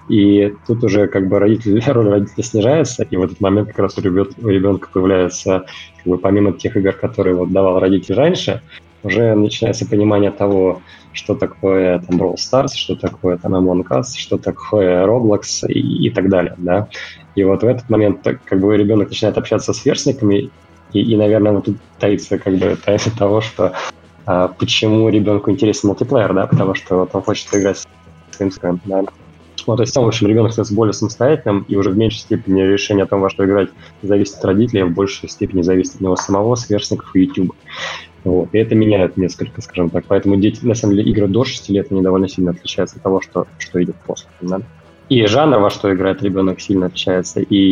и тут уже как бы родитель, роль родителя снижается, и в этот момент как раз у ребенка, у ребенка появляется, как бы, помимо тех игр, которые вот давал родитель раньше, уже начинается понимание того, что такое там Brawl Stars, что такое там Among Us, что такое Roblox и, и так далее, да. И вот в этот момент как бы ребенок начинает общаться с сверстниками, и, и наверное, вот тут таится как бы тайна того, что а, почему ребенку интересен мультиплеер, да, потому что вот он хочет играть с своим сыном, да. Ну, то есть, в общем, ребенок становится более самостоятельным, и уже в меньшей степени решение о том, во что играть, зависит от родителей, а в большей степени зависит от него самого, сверстников и YouTube. Вот. И это меняет несколько, скажем так. Поэтому дети, на самом деле, игры до шести лет, они довольно сильно отличаются от того, что, что идет после. Да? И жанр, во что играет ребенок, сильно отличается, и,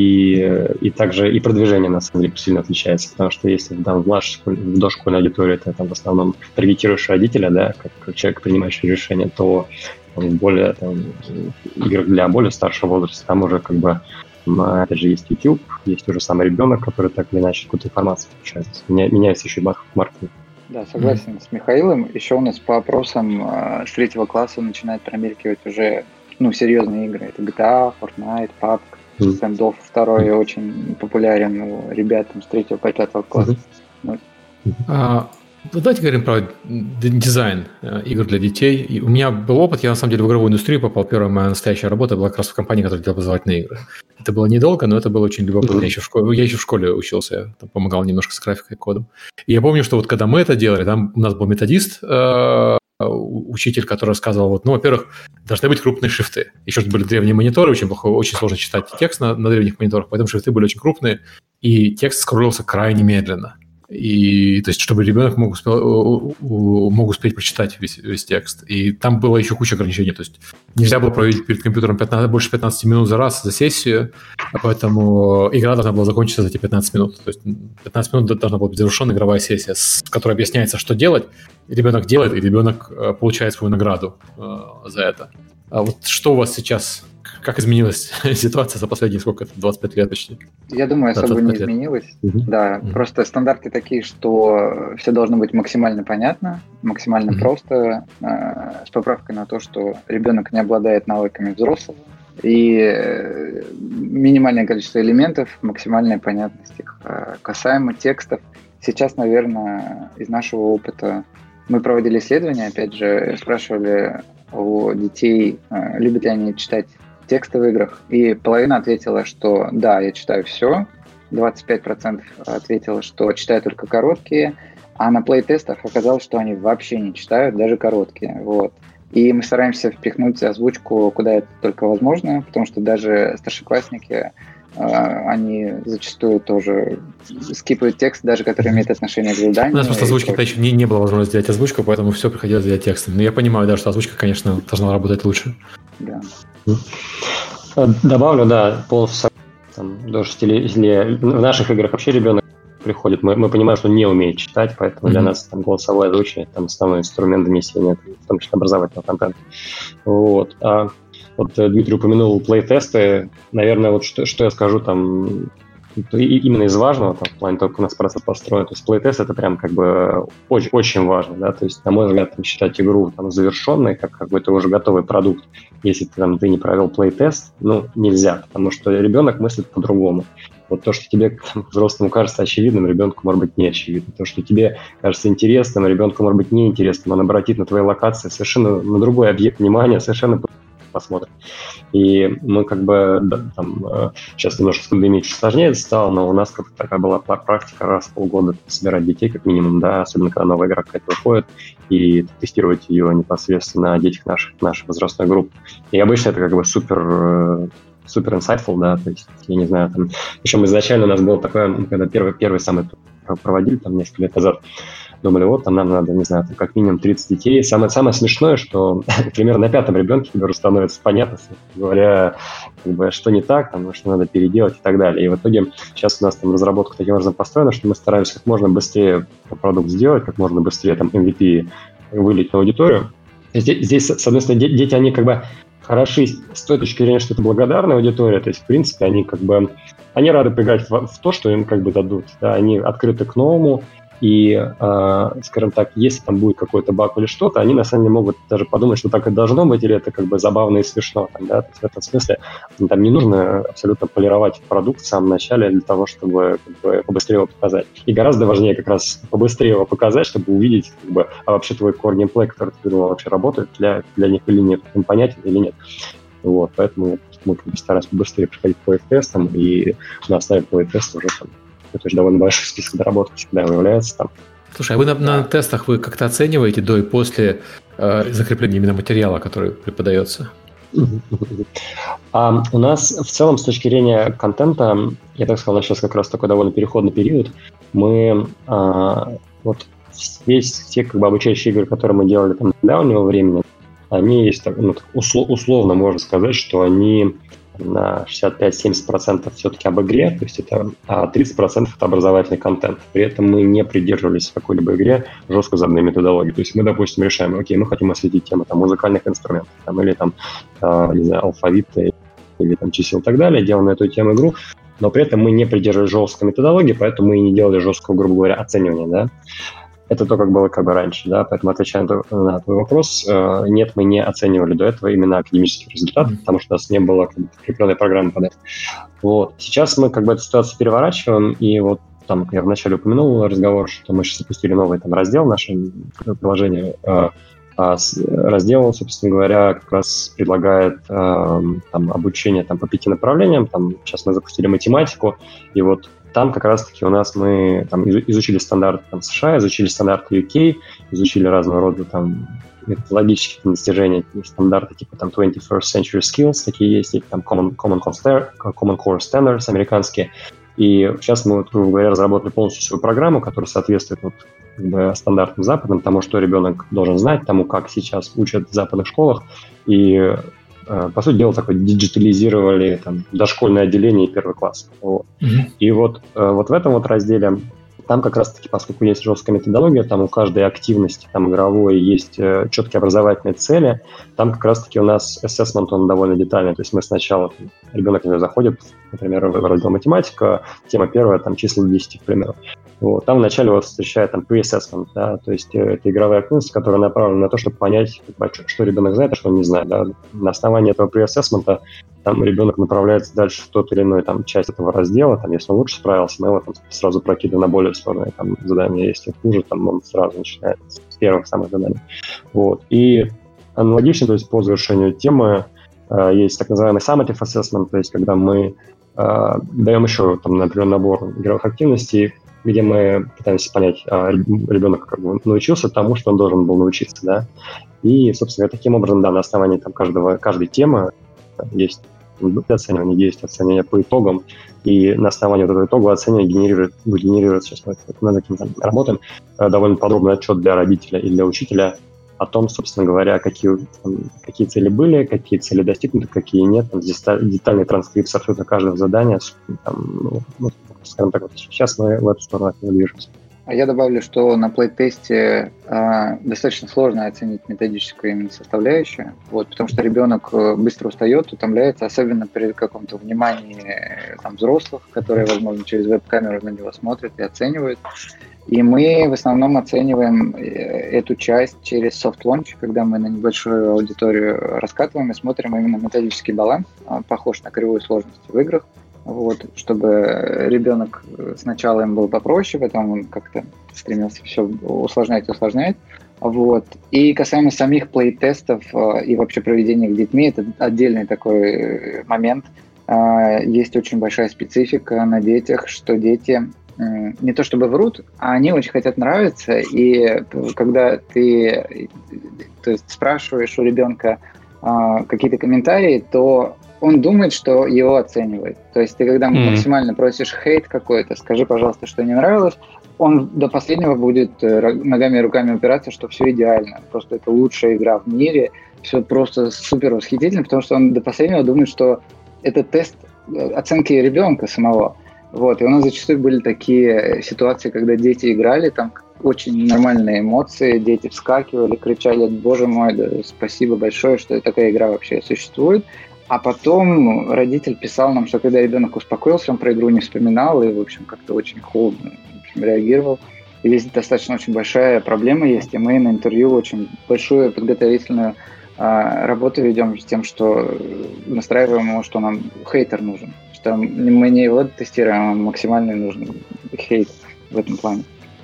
и, и также и продвижение, на самом деле, сильно отличается. Потому что если там, в, младшей, в дошкольной аудитории ты там, в основном таргетируешь родителя, да, как, как человек, принимающий решение, то там, более там, игры для более старшего возраста, там уже как бы опять же, есть YouTube, есть уже сам ребенок, который так или иначе какую-то информацию получает. Меня, меняется еще и маркетинг. Да, согласен mm-hmm. с Михаилом. Еще у нас по опросам э, с третьего класса начинает промелькивать уже ну, серьезные игры. Это джи ти эй, Fortnite, пабг, mm-hmm. Standoff второй mm-hmm. очень популярен у ребят там, с третьего по пятого класса. Mm-hmm. Ну. А, давайте говорим про дизайн игр для детей. И у меня был опыт, я на самом деле в игровую индустрию попал. Первая моя настоящая работа была как раз в компании, которая делала образовательные игры. Это было недолго, но это было очень любопытно. Mm-hmm. Я, еще в школе, я еще в школе учился, я там помогал немножко с графикой и кодом. И я помню, что вот когда мы это делали, там у нас был методист, э, учитель, который рассказывал, вот, ну, во-первых, должны быть крупные шрифты. Еще были древние мониторы, очень плохо, очень сложно читать текст на, на древних мониторах, поэтому шрифты были очень крупные, и текст скроллился крайне медленно. и то есть, чтобы ребенок мог, успел, мог успеть прочитать весь, весь текст. И там было еще куча ограничений, то есть нельзя было проводить перед компьютером пятнадцать, больше пятнадцать минут за раз, за сессию, а поэтому игра должна была закончиться за эти пятнадцать минут. То есть пятнадцать минут должна была быть завершенная игровая сессия, с которой объясняется, что делать, и ребенок делает, и ребенок получает свою награду за это. А вот что у вас сейчас... Как изменилась ситуация за последние, сколько это, двадцать пять лет почти? Я думаю, особо не изменилось. Mm-hmm. Да, mm-hmm. Просто стандарты такие, что все должно быть максимально понятно, максимально mm-hmm. просто, э, с поправкой на то, что ребенок не обладает навыками взрослого, и э, минимальное количество элементов, максимальная понятность их. Э, касаемо текстов, сейчас, наверное, из нашего опыта мы проводили исследования, опять же, спрашивали у детей, э, любят ли они читать тексты в играх, и половина ответила, что да, я читаю все, двадцать пять процентов ответила, что читаю только короткие, а на плей-тестах оказалось, что они вообще не читают, даже короткие. Вот. И мы стараемся впихнуть озвучку куда это только возможно, потому что даже старшеклассники, они зачастую тоже скипают текст, даже который имеет отношение к заданию. У нас просто озвучки еще не, не было возможности сделать озвучку, поэтому все приходилось делать текстом. Но я понимаю, да, что озвучка, конечно, должна работать лучше. Да. Добавлю, да, полностью там, даже если в наших играх вообще ребенок приходит, мы, мы понимаем, что он не умеет читать, поэтому mm-hmm. для нас там голосовое озвучивание там основной инструмент донесения, в том числе образовательного контента. Вот. А вот Дмитрий упомянул плей-тесты. Наверное, вот что, что я скажу там именно из важного, там, в плане того, как у нас процесс построен. То есть плей-тест — это прям как бы очень, очень важно, да, то есть, на мой взгляд, там, считать игру там завершенной, как какой-то уже готовый продукт, если ты, там, ты не провел плей-тест, ну, нельзя, потому что ребенок мыслит по-другому. Вот то, что тебе, там, взрослому кажется очевидным, ребенку может быть не очевидно. То, что тебе кажется интересным, ребенку может быть неинтересным, он обратит на твои локации совершенно на другой объект внимания, совершенно посмотрим. И мы как бы да, там, сейчас немножко с пандемией чуть сложнее это стало, но у нас как-то такая была практика раз в полгода собирать детей как минимум, да, особенно когда новая игра какая-то выходит, и тестировать ее непосредственно на детях наших, нашей возрастной группы. И обычно это как бы супер супер insightful, да, то есть, я не знаю, там, причем изначально у нас было такое, когда первый, первый самый проводили, там, несколько лет назад, думали, вот, там нам надо, не знаю, там, как минимум тридцать детей. Самое, самое смешное, что примерно на пятом ребенке тебе уже становится понятно, говоря, как бы, что не так, там, что надо переделать и так далее. И в итоге сейчас у нас там разработка таким образом построена, что мы стараемся как можно быстрее продукт сделать, как можно быстрее там эм ви пи вылить на аудиторию. Здесь, здесь с одной стороны, дети, они как бы хороши с той точки зрения, что это благодарная аудитория, то есть, в принципе, они как бы, они рады поиграть в, в то, что им как бы дадут, да, они открыты к новому, и, э, скажем так, если там будет какой-то баг или что-то, они на самом деле могут даже подумать, что так и должно быть, или это как бы забавно и смешно, там, да, то есть в этом смысле там не нужно абсолютно полировать продукт в самом начале для того, чтобы как бы побыстрее его показать. И гораздо важнее как раз побыстрее его показать, чтобы увидеть, как бы, а вообще твой core gameplay, который ты придумал, вообще работает для, для них или нет, им понятен или нет. Вот, поэтому мы как бы стараемся побыстрее приходить к плей-тестам, и на основе плей-теста уже там это же довольно большой список доработок всегда выявляется там. Слушай, а вы на, на тестах вы как-то оцениваете до и после э, закрепления именно материала, который преподается? А у нас в целом с точки зрения контента, я так сказал, сейчас как раз такой довольно переходный период, мы а, вот весь те как бы обучающие игры, которые мы делали там до недавнего времени, они есть, ну, услов, условно можно сказать, что они на шестьдесят пять - семьдесят процентов все-таки об игре, то есть это а тридцать процентов это образовательный контент. При этом мы не придерживались в какой-либо игре жестко заданной методологии. То есть мы, допустим, решаем, окей, мы хотим осветить тему там, музыкальных инструментов там, или там, а, не знаю, алфавита или там, чисел и так далее, делаем на эту тему игру, но при этом мы не придерживались жесткой методологии, поэтому мы и не делали жесткого, грубо говоря, оценивания, да. Это то, как было как бы раньше, да, поэтому, отвечая на твой вопрос, э, нет, мы не оценивали до этого именно академические результаты, потому что у нас не было как бы прикрепленной программы под это. Вот. Сейчас мы как бы эту ситуацию переворачиваем, и вот там, я вначале упомянул разговор, что мы сейчас запустили новый там раздел в нашем приложении, э, а раздел, собственно говоря, как раз предлагает э, там, обучение там, по пяти направлениям, там, сейчас мы запустили математику, и вот там как раз-таки у нас мы там, изучили стандарты там, США, изучили стандарты ю кей, изучили разного рода там, методологические достижения, стандарты типа там twenty-first century skills, такие есть, там Common, common, core, common Core Standards американские. И сейчас мы, вот, грубо говоря, разработали полностью свою программу, которая соответствует вот, как бы, стандартам западным, тому, что ребенок должен знать, тому, как сейчас учат в западных школах. И, по сути дела, такое диджитализировали там, дошкольное отделение и первый класс. Вот. Mm-hmm. И вот, вот в этом вот разделе там как раз-таки, поскольку есть жесткая методология, там у каждой активности там, игровой есть э, четкие образовательные цели, там как раз-таки у нас assessment, он довольно детальный. То есть мы сначала, там, ребенок заходит, например, в раздел математика, тема первая, там числа до десяти, к примеру. Вот. Там вначале вас встречает там pre-assessment, да, то есть э, это игровая активность, которая направлена на то, чтобы понять, что ребенок знает, а что он не знает. Да. На основании этого pre-assessment там ребенок направляется дальше в тот или иной там, часть этого раздела, там, если он лучше справился, мы его там, сразу прокидываем на более сложные там, задания, если хуже, там, он сразу начинает с первых самых заданий. Вот. И аналогично, то есть по завершению темы э, есть так называемый summative assessment, то есть когда мы э, даем еще, там, например, набор игровых активностей, где мы пытаемся понять, а ребенок как бы научился тому, что он должен был научиться, да. И, собственно, таким образом, да, на основании там, каждого, каждой темы есть оценивание, есть оценивание по итогам, и на основании вот этого итогового оценивания генерирует, будет генерировать, сейчас мы над этим там работаем, довольно подробный отчет для родителя и для учителя о том, собственно говоря, какие, там, какие цели были, какие цели достигнуты, какие нет, там, детальный транскрипт абсолютно каждого задания, там, ну, скажем так, вот сейчас мы в эту сторону движемся. А я добавлю, что на плей-тесте э, достаточно сложно оценить методическую именно составляющую, вот, потому что ребенок быстро устает, утомляется, особенно при каком-то внимании там, взрослых, которые, возможно, через веб-камеру на него смотрят и оценивают. И мы в основном оцениваем эту часть через софт-лонч, когда мы на небольшую аудиторию раскатываем и смотрим именно методический баланс, похож на кривую сложности в играх. Вот, чтобы ребенок сначала им был попроще, потом он как-то стремился все усложнять и усложнять. Вот. И касаемо самих плей-тестов и вообще проведения их детьми, это отдельный такой момент. Есть очень большая специфика на детях, что дети не то чтобы врут, а они очень хотят нравиться. И когда ты то есть, спрашиваешь у ребенка какие-то комментарии, то он думает, что его оценивает. То есть ты, когда mm-hmm. максимально просишь хейт какой-то, скажи, пожалуйста, что не нравилось, он до последнего будет ногами и руками упираться, что все идеально. Просто это лучшая игра в мире, все просто супер восхитительно, потому что он до последнего думает, что это тест оценки ребенка самого. Вот. И у нас зачастую были такие ситуации, когда дети играли, там очень нормальные эмоции, дети вскакивали, кричали: «Боже мой, да, спасибо большое, что такая игра вообще существует». А потом родитель писал нам, что когда ребенок успокоился, он про игру не вспоминал и, в общем, как-то очень холодно в общем, реагировал. И здесь достаточно очень большая проблема есть, и мы на интервью очень большую подготовительную а, работу ведем с тем, что настраиваем его, что нам хейтер нужен. Что мы не его тестируем, а максимально нужен хейт в этом плане.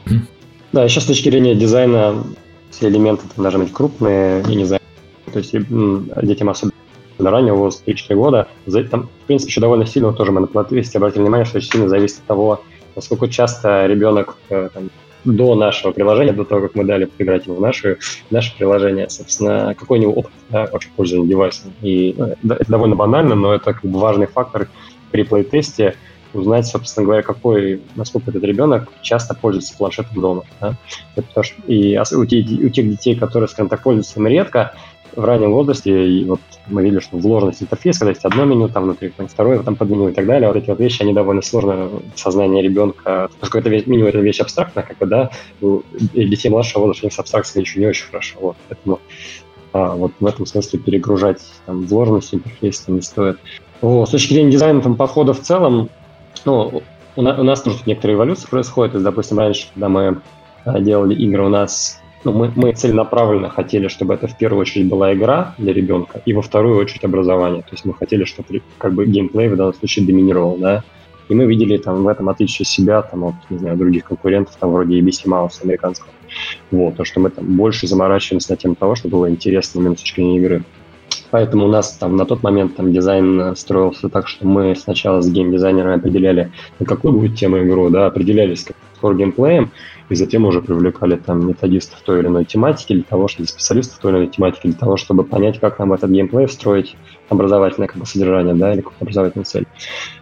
Да, еще с точки зрения дизайна все элементы там, должны быть крупные, и не знаю, то есть детям особенно на раннего возраста, три-четыре года. Там, в принципе, еще довольно сильно тоже мы на плей-тесте обратили внимание, что очень сильно зависит от того, насколько часто ребенок там, до нашего приложения, до того, как мы дали поиграть ему в наше, наше приложение, собственно, какой у него опыт да, вообще пользования девайсом. И ну, это довольно банально, но это как бы важный фактор при плей-тесте узнать, собственно говоря, какой, насколько этот ребенок часто пользуется планшетом дома. Да? Это потому что, и у тех, у тех детей, которые, скажем так, пользуются им редко, в раннем возрасте, и вот мы видели, что вложенность интерфейса, когда есть одно меню, там внутри второе, там под меню и так далее, вот эти вот вещи, они довольно сложны в сознании ребенка, поскольку это меню, это вещь абстрактная, как бы, да, у детей младшего возраста с абстракцией еще не очень хорошо, вот, поэтому а, вот в этом смысле перегружать там вложенность интерфейса не стоит. Вот, с точки зрения дизайна там, подхода в целом, ну, у, на, у нас тоже некоторые эволюции происходят, то есть, допустим, раньше, когда мы а, делали игры, у нас Ну, мы, мы целенаправленно хотели, чтобы это в первую очередь была игра для ребенка, и во вторую очередь образование. То есть мы хотели, чтобы как бы геймплей в данном случае доминировал, да. И мы видели там в этом отличие себя там, от, не знаю, других конкурентов, там вроде и би си Mouse американского. Вот, то, что мы там больше заморачиваемся над тем того, что было интересно именно с точки зрения игры. Поэтому у нас там на тот момент там дизайн строился так, что мы сначала с геймдизайнерами определяли, на какую будет тему игру, да, определялись как core геймплеем, и затем уже привлекали там методистов той или иной тематики для того, чтобы специалистов той или иной тематики для того, чтобы понять, как нам этот геймплей встроить образовательное как бы содержание, да, или какую-то образовательную цель.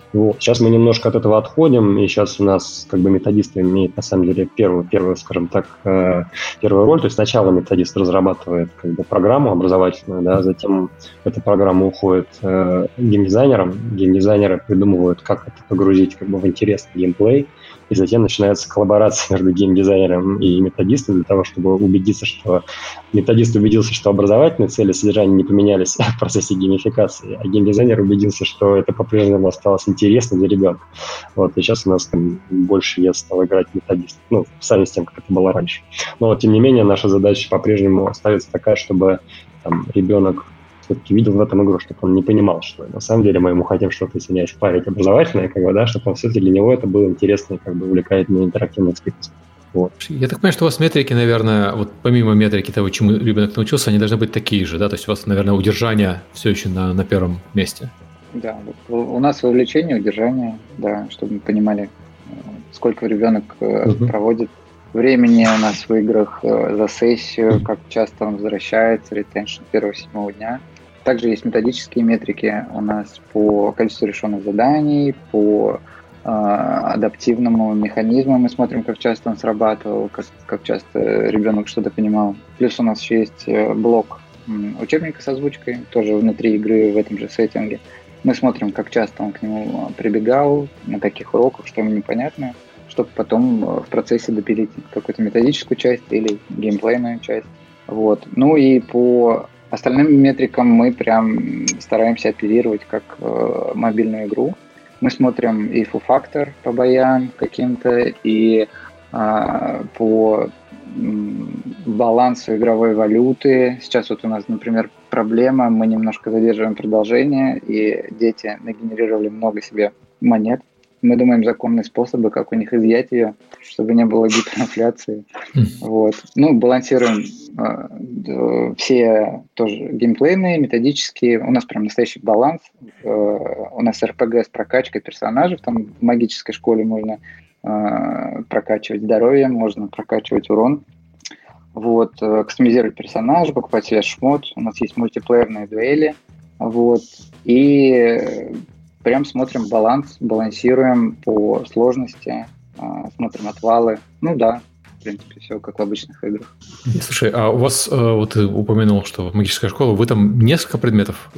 Вот. Сейчас мы немножко от этого отходим, и сейчас у нас как бы методисты имеют на самом деле первую, первую, скажем так, э, первую роль. То есть сначала методист разрабатывает как бы программу образовательную, да, затем эта программа уходит э, геймдизайнерам, геймдизайнеры придумывают, как это погрузить как бы в интересный геймплей, и затем начинается коллаборация между геймдизайнером и методистом для того, чтобы убедиться, что методист убедился, что образовательные цели содержания не поменялись в процессе геймификации, а геймдизайнер убедился, что это по-прежнему осталось интересно для ребенка. Вот, и сейчас у нас там больше я стал играть методист, ну, в сравнении с тем, как это было раньше. Но, вот, тем не менее, наша задача по-прежнему остается такая, чтобы там, ребенок все-таки видел в этом игру, чтобы он не понимал, что на самом деле мы ему хотим что-то, извиняюсь, впарить образовательное, как бы, да, чтобы он все-таки для него это был интересный, как бы, увлекательный интерактивный экспириенс. Вот. Я так понимаю, что у вас метрики, наверное, вот помимо метрики того, чему ребенок научился, они должны быть такие же, да? То есть у вас, наверное, удержание все еще на, на первом месте. Да, вот у нас вовлечение, удержание, да, чтобы мы понимали, сколько ребенок угу. проводит времени у нас в играх за сессию, как часто он возвращается, ретеншн первого-седьмого дня. Также есть методические метрики у нас по количеству решенных заданий, по э, адаптивному механизму. Мы смотрим, как часто он срабатывал, как, как часто ребенок что-то понимал. Плюс у нас еще есть блок учебника с озвучкой, тоже внутри игры в этом же сеттинге. Мы смотрим, как часто он к нему прибегал, на каких уроках, что ему непонятно, чтобы потом в процессе допилить какую-то методическую часть или геймплейную часть. Вот. Ну и по остальным метрикам мы прям стараемся оперировать как э, мобильную игру. Мы смотрим и фу-фактор по боям каким-то, и э, по м, балансу игровой валюты. Сейчас вот у нас, например, проблема, мы немножко задерживаем продолжение, и дети нагенерировали много себе монет. Мы думаем законные способы, как у них изъять ее, чтобы не было гиперинфляции. Mm. Вот. Ну, балансируем э, все тоже геймплейные, методические. У нас прям настоящий баланс. Э, у нас эр пи джи с прокачкой персонажей. Там в магической школе можно э, прокачивать здоровье, можно прокачивать урон. Вот. Э, кастомизировать персонажа, покупать себе шмот. У нас есть мультиплеерные дуэли. Вот. И прям смотрим баланс, балансируем по сложности, смотрим отвалы. Ну да, в принципе, все как в обычных играх. Слушай, а у вас, вот ты упомянул, что в магической школе, вы там несколько предметов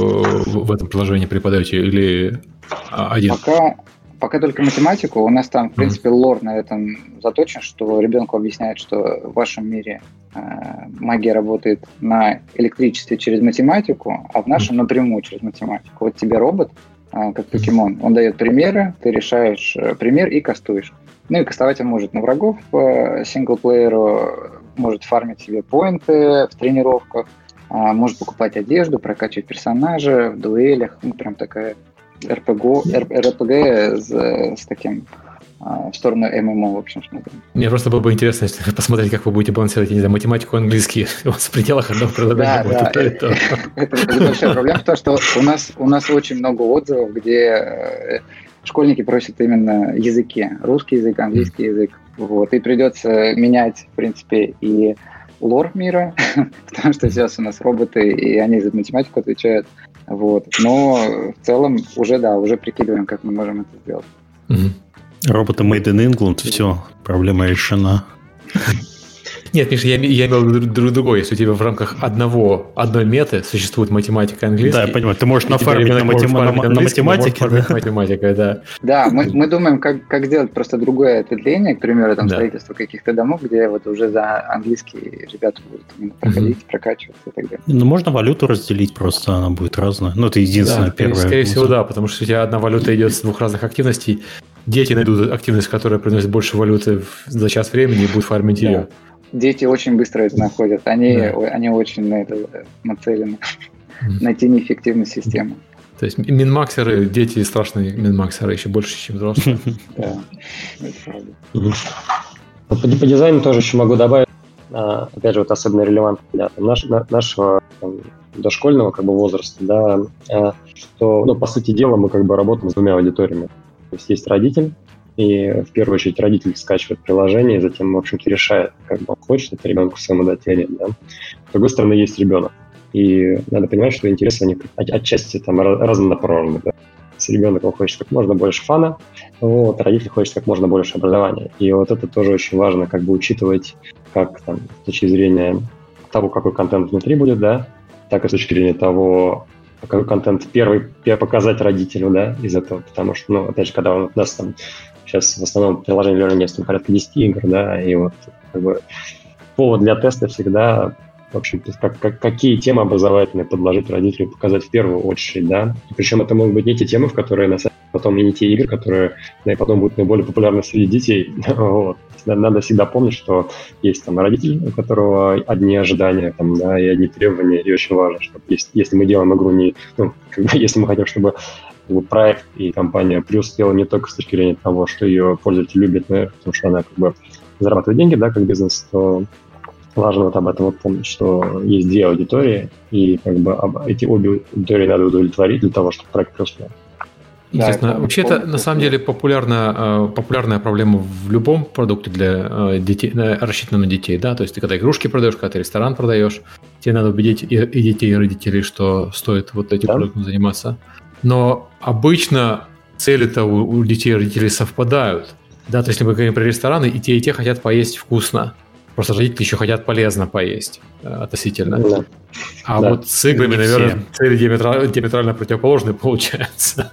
в этом приложении преподаете или один? Пока, пока только математику. У нас там, в принципе, mm-hmm. лор на этом заточен, что ребенку объясняют, что в вашем мире магия работает на электричестве через математику, а в нашем mm-hmm. напрямую через математику. Вот тебе робот, как покемон. Он дает примеры, ты решаешь пример и кастуешь. Ну и кастовать он может на врагов по синглплееру, может фармить себе поинты в тренировках, может покупать одежду, прокачивать персонажа в дуэлях. Ну, прям такая эр пи джи, эр пи джи с, с таким в сторону эм эм о, в общем, смотрим. Мне просто было бы интересно посмотреть, как вы будете балансировать, я не знаю, математику, английский. У вас в пределах одного приложения будет и то, и то. Это большая проблема, потому что у нас у нас очень много отзывов, где школьники просят именно языки. Русский язык, английский язык. Вот. И придется менять, в принципе, и лор мира, потому что сейчас у нас роботы, и они за математику отвечают. Вот. Но в целом уже, да, уже прикидываем, как мы можем это сделать. Роботы made in England, все, проблема решена. Нет, Миша, я, я имел в виду другое. Если у тебя в рамках одного, одной меты существует математика и английский... Да, я понимаю, ты можешь нафармить на, матем... на, на математике. Да, математика, да. Да, мы, мы думаем, как, как сделать просто другое ответвление, к примеру, там, да. строительство каких-то домов, где вот уже за английский ребята будут проходить, mm-hmm. прокачиваться и так далее. Ну, можно валюту разделить просто, она будет разная. Ну, это единственное да, первое. Скорее всего, да, потому что у тебя одна валюта идет с двух разных активностей. Дети найдут активность, которая приносит больше валюты за час времени и будут фармить да. ее. Дети очень быстро это находят. Они, да. они очень на это нацелены. Mm-hmm. Найти неэффективность системы. То есть минмаксеры, дети страшные минмаксеры, еще больше, чем взрослые. Да, это правда. По дизайну тоже еще могу добавить, опять же, вот особенно релевантно для нашего дошкольного как бы возраста, да, что, ну, по сути дела, мы как бы работаем с двумя аудиториями. То есть есть родитель, и в первую очередь родитель скачивает приложение, и затем, в общем-то, решает, как бы он хочет это ребенку своему дать или нет. Да? С другой стороны, есть ребенок. И надо понимать, что интересы, они от, отчасти там разнонаправлены. Да? ребенком хочет как можно больше фана, вот, родитель хочет как можно больше образования. И вот это тоже очень важно, как бы учитывать, как там, с точки зрения того, какой контент внутри будет, да, так и с точки зрения того, какой контент первый, первый показать родителю, да, из этого, потому что, ну, опять же, когда у нас там сейчас в основном приложение Learning есть там порядка десять игр, да, и вот как бы повод для теста всегда, в общем, как, как, какие темы образовательные подложить родителю, показать в первую очередь, да, и причем это могут быть не те темы, в которые на самом деле потом и не те игры, которые, да, и потом будут наиболее популярны среди детей, вот. Надо всегда помнить, что есть там родитель, у которого одни ожидания, там, да, и одни требования, и очень важно, чтобы если, если мы делаем игру не, ну, как бы, если мы хотим, чтобы как бы, проект и компания преуспела не только с точки зрения того, что ее пользователи любят, но, потому что она как бы зарабатывает деньги, да, как бизнес, то важно вот об этом вот помнить, что есть две аудитории, и как бы эти обе аудитории надо удовлетворить для того, чтобы проект преуспел. Естественно. Да, вообще это на самом деле популярная, популярная проблема в любом продукте для детей, рассчитанном на детей. Да? То есть ты когда игрушки продаешь, когда ты ресторан продаешь, тебе надо убедить и, и детей, и родителей, что стоит вот этим да. продуктом заниматься. Но обычно цели-то у, у детей и родителей совпадают. Да? То есть если мы говорим про рестораны, и те, и те хотят поесть вкусно. Просто родители еще хотят полезно поесть относительно. Да. А да. вот с играми, наверное, цели диаметрально, диаметрально противоположные получаются.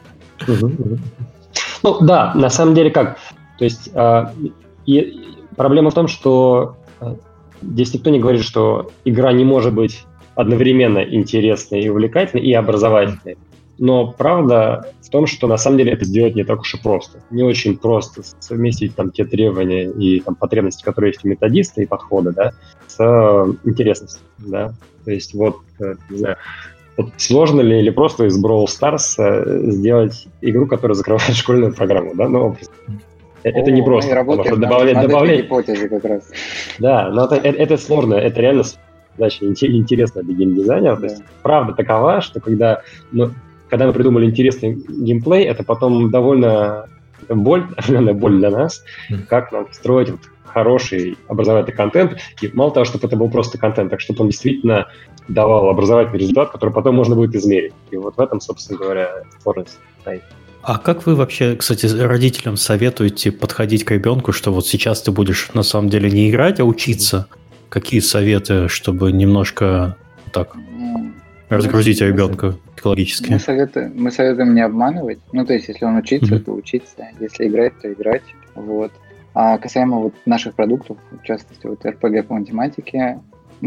Ну да, на самом деле как? То есть э, и, проблема в том, что э, здесь никто не говорит, что игра не может быть одновременно интересной и увлекательной, и образовательной. Но правда в том, что на самом деле это сделать не так уж и просто. Не очень просто совместить там те требования и там, потребности, которые есть у методиста и подхода, да, с э, интересностью, да. То есть вот, э, не знаю, вот сложно ли или просто из Brawl Stars э, сделать игру, которая закрывает школьную программу, да? Ну, это О, не просто. Работает, добавлять, надо добавлять... гипотезы как раз. Да, но это, это, это сложно, это реально задача интересная для геймдизайнера. Да. То есть правда такова, что когда, ну, когда мы придумали интересный геймплей, это потом довольно боль, определенная боль для нас, mm. как нам строить вот хороший образовательный контент. И мало того, чтобы это был просто контент, так чтобы он действительно давал образовательный результат, который потом можно будет измерить. И вот в этом, собственно говоря, сложность стоит. А как вы вообще, кстати, родителям советуете подходить к ребенку, что вот сейчас ты будешь на самом деле не играть, а учиться? Какие советы, чтобы немножко так разгрузить ребенка психологически? Мы советуем, мы советуем не обманывать. Ну, то есть, если он учится, mm-hmm. то учиться. Если играть, то играть. Вот. А касаемо вот наших продуктов, в частности, вот эр пи джи по математике,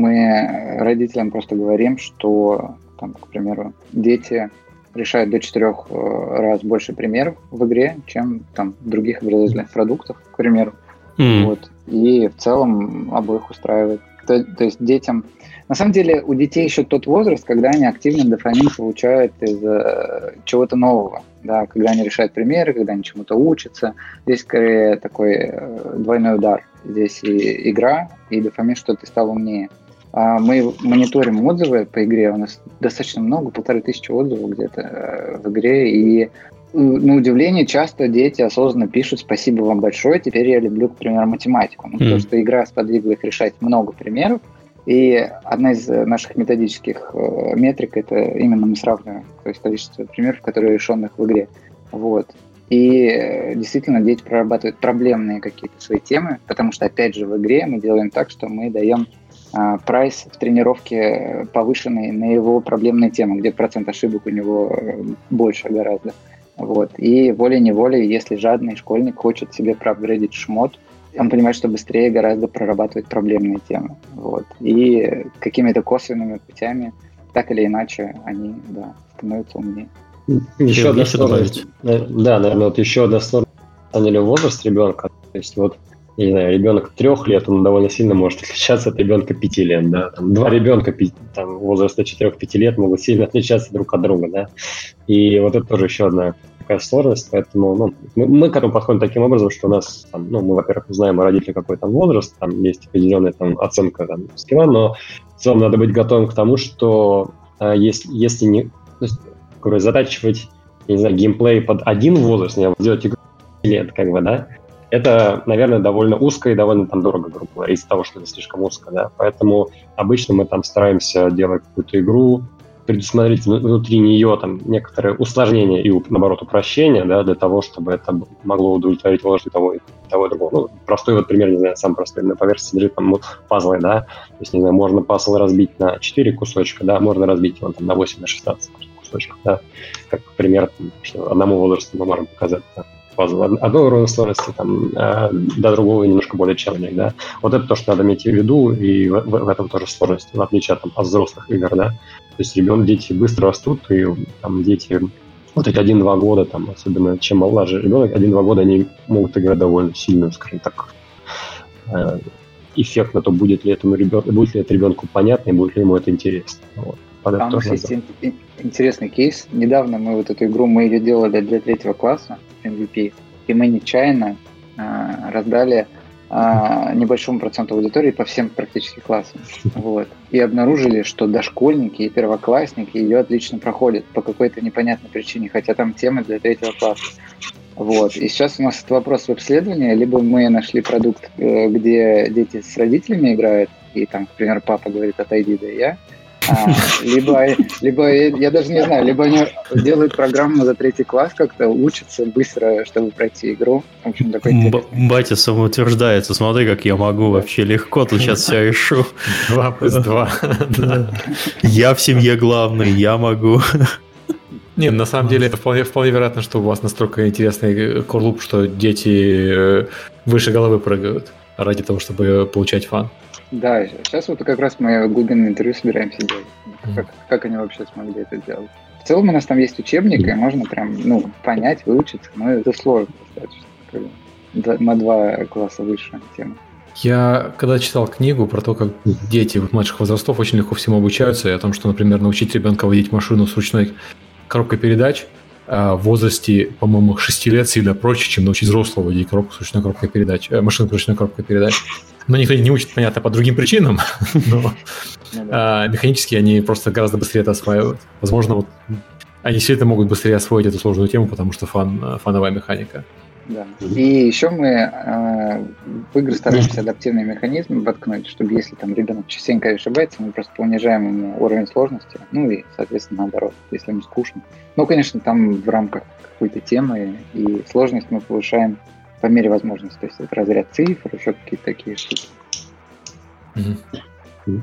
мы родителям просто говорим, что, там, к примеру, дети решают до четырех раз больше примеров в игре, чем там в других образовательных продуктах, к примеру. Mm. Вот. И в целом обоих устраивает. То, то есть детям... На самом деле у детей еще тот возраст, когда они активно дофамин получают из э, чего-то нового. Да, когда они решают примеры, когда они чему-то учатся. Здесь скорее такой э, двойной удар. Здесь и игра, и дофамин, что ты стал умнее. А мы мониторим отзывы по игре. У нас достаточно много, полторы тысячи отзывов где-то э, в игре. И на удивление часто дети осознанно пишут: спасибо вам большое, теперь я люблю, к примеру, математику. Ну, mm. Потому что игра сподвигла их решать много примеров. И одна из наших методических э, метрик — это именно мы сравниваем, то есть количество примеров, которые решенных в игре. Вот. И э, действительно дети прорабатывают проблемные какие-то свои темы, потому что, опять же, в игре мы делаем так, что мы даем э, прайс в тренировке повышенный на его проблемные темы, где процент ошибок у него больше гораздо. Вот. И волей-неволей, если жадный школьник хочет себе проапгрейдить шмот, он понимает, что быстрее гораздо прорабатывать проблемные темы. Вот. И какими-то косвенными путями, так или иначе, они, да, становятся умнее. Еще одна сложность. Да, наверное, вот еще одна сложность, на самом деле, возраст ребенка. То есть вот, я не знаю, ребенок трех лет, он довольно сильно может отличаться от ребенка пяти лет, да. Там, два ребенка там, возраста четырех-пяти лет могут сильно отличаться друг от друга, да. И вот это тоже еще одна такая сложность, поэтому ну, мы, мы к этому подходим таким образом, что у нас, там, ну, мы, во-первых, узнаем у родителей какой там возраст, там есть определенная там, оценка там, скилла, но в целом надо быть готовым к тому, что э, если, если не, то есть, говорю, затачивать, я не знаю, геймплей под один возраст, не делать игру лет, как бы, да, это, наверное, довольно узко и довольно там дорого, грубо говоря, из-за того, что это слишком узко, да, поэтому обычно мы там стараемся делать какую-то игру предусмотреть внутри нее там некоторые усложнения и, наоборот, упрощения, да, для того, чтобы это могло удовлетворить возможности того и того и другого. Ну, простой вот пример, не знаю, сам простой, на поверхности лежит там вот, пазлы, да, то есть, не знаю, можно пазл разбить на четыре кусочка, да, можно разбить его там на восемь, на шестнадцать кусочков, да, как пример, там, что одному возрасту мы можем показать, да, пазл одной уровня сложности, там, а до другого немножко более челленджинг, да. Вот это то, что надо иметь в виду, и в, в, в этом тоже сложность, в отличие от, там, от взрослых игр, да. То есть ребенок, дети быстро растут, и там дети, вот эти один-два года, там, особенно чем младше ребенок, один-два года они могут играть довольно сильную, скажем так, эффект на то, будет ли этому ребенку, будет ли это ребенку понятно, и будет ли ему это интересно. Вот. Там у нас есть ин- интересный кейс. Недавно мы вот эту игру, мы ее делали для третьего класса, эм ви пи, и мы нечаянно э, раздали э, небольшому проценту аудитории по всем практически классам. Вот. И обнаружили, что дошкольники и первоклассники ее отлично проходят по какой-то непонятной причине, хотя там темы для третьего класса. Вот. И сейчас у нас этот вопрос в обследовании. Либо мы нашли продукт, где дети с родителями играют, и там, к примеру, папа говорит «отойди, да я», А, либо, либо, я даже не знаю, либо они делают программу за третий класс, как-то учатся быстро, чтобы пройти игру. В общем, такой Б- батя самоутверждается, смотри, как я могу вообще легко тут сейчас все решу. Два плюс два. Я в семье главный, я могу. Не, на самом деле, это вполне, вполне вероятно, что у вас настолько интересный корлуп, что дети выше головы прыгают ради того, чтобы получать фан. Да, сейчас вот как раз мы глубинное интервью собираемся делать. Как, как они вообще смогли это сделать. В целом у нас там есть учебник, и можно прям, ну, понять, выучиться, но это сложно достаточно. На два класса выше тема. Я когда читал книгу про то, как дети младших возрастов очень легко всему обучаются, и о том, что, например, научить ребенка водить машину с ручной коробкой передач в возрасте, по-моему, шести лет сильно проще, чем научить взрослого водить коробку с ручной коробкой передач, машину с ручной коробкой передач. Но никто не учит, понятно, по другим причинам, но ну, да. а, механически они просто гораздо быстрее это осваивают. Возможно, вот, они действительно могут быстрее освоить эту сложную тему, потому что фан, фановая механика. Да. И еще мы э, в игры стараемся адаптивный механизм воткнуть, чтобы если там ребенок частенько ошибается, мы просто понижаем ему уровень сложности, ну и, соответственно, наоборот, если ему скучно. Ну, конечно, там в рамках какой-то темы и сложность мы повышаем по мере возможности. То есть это разряд цифр, еще какие-то такие штуки. Mm-hmm.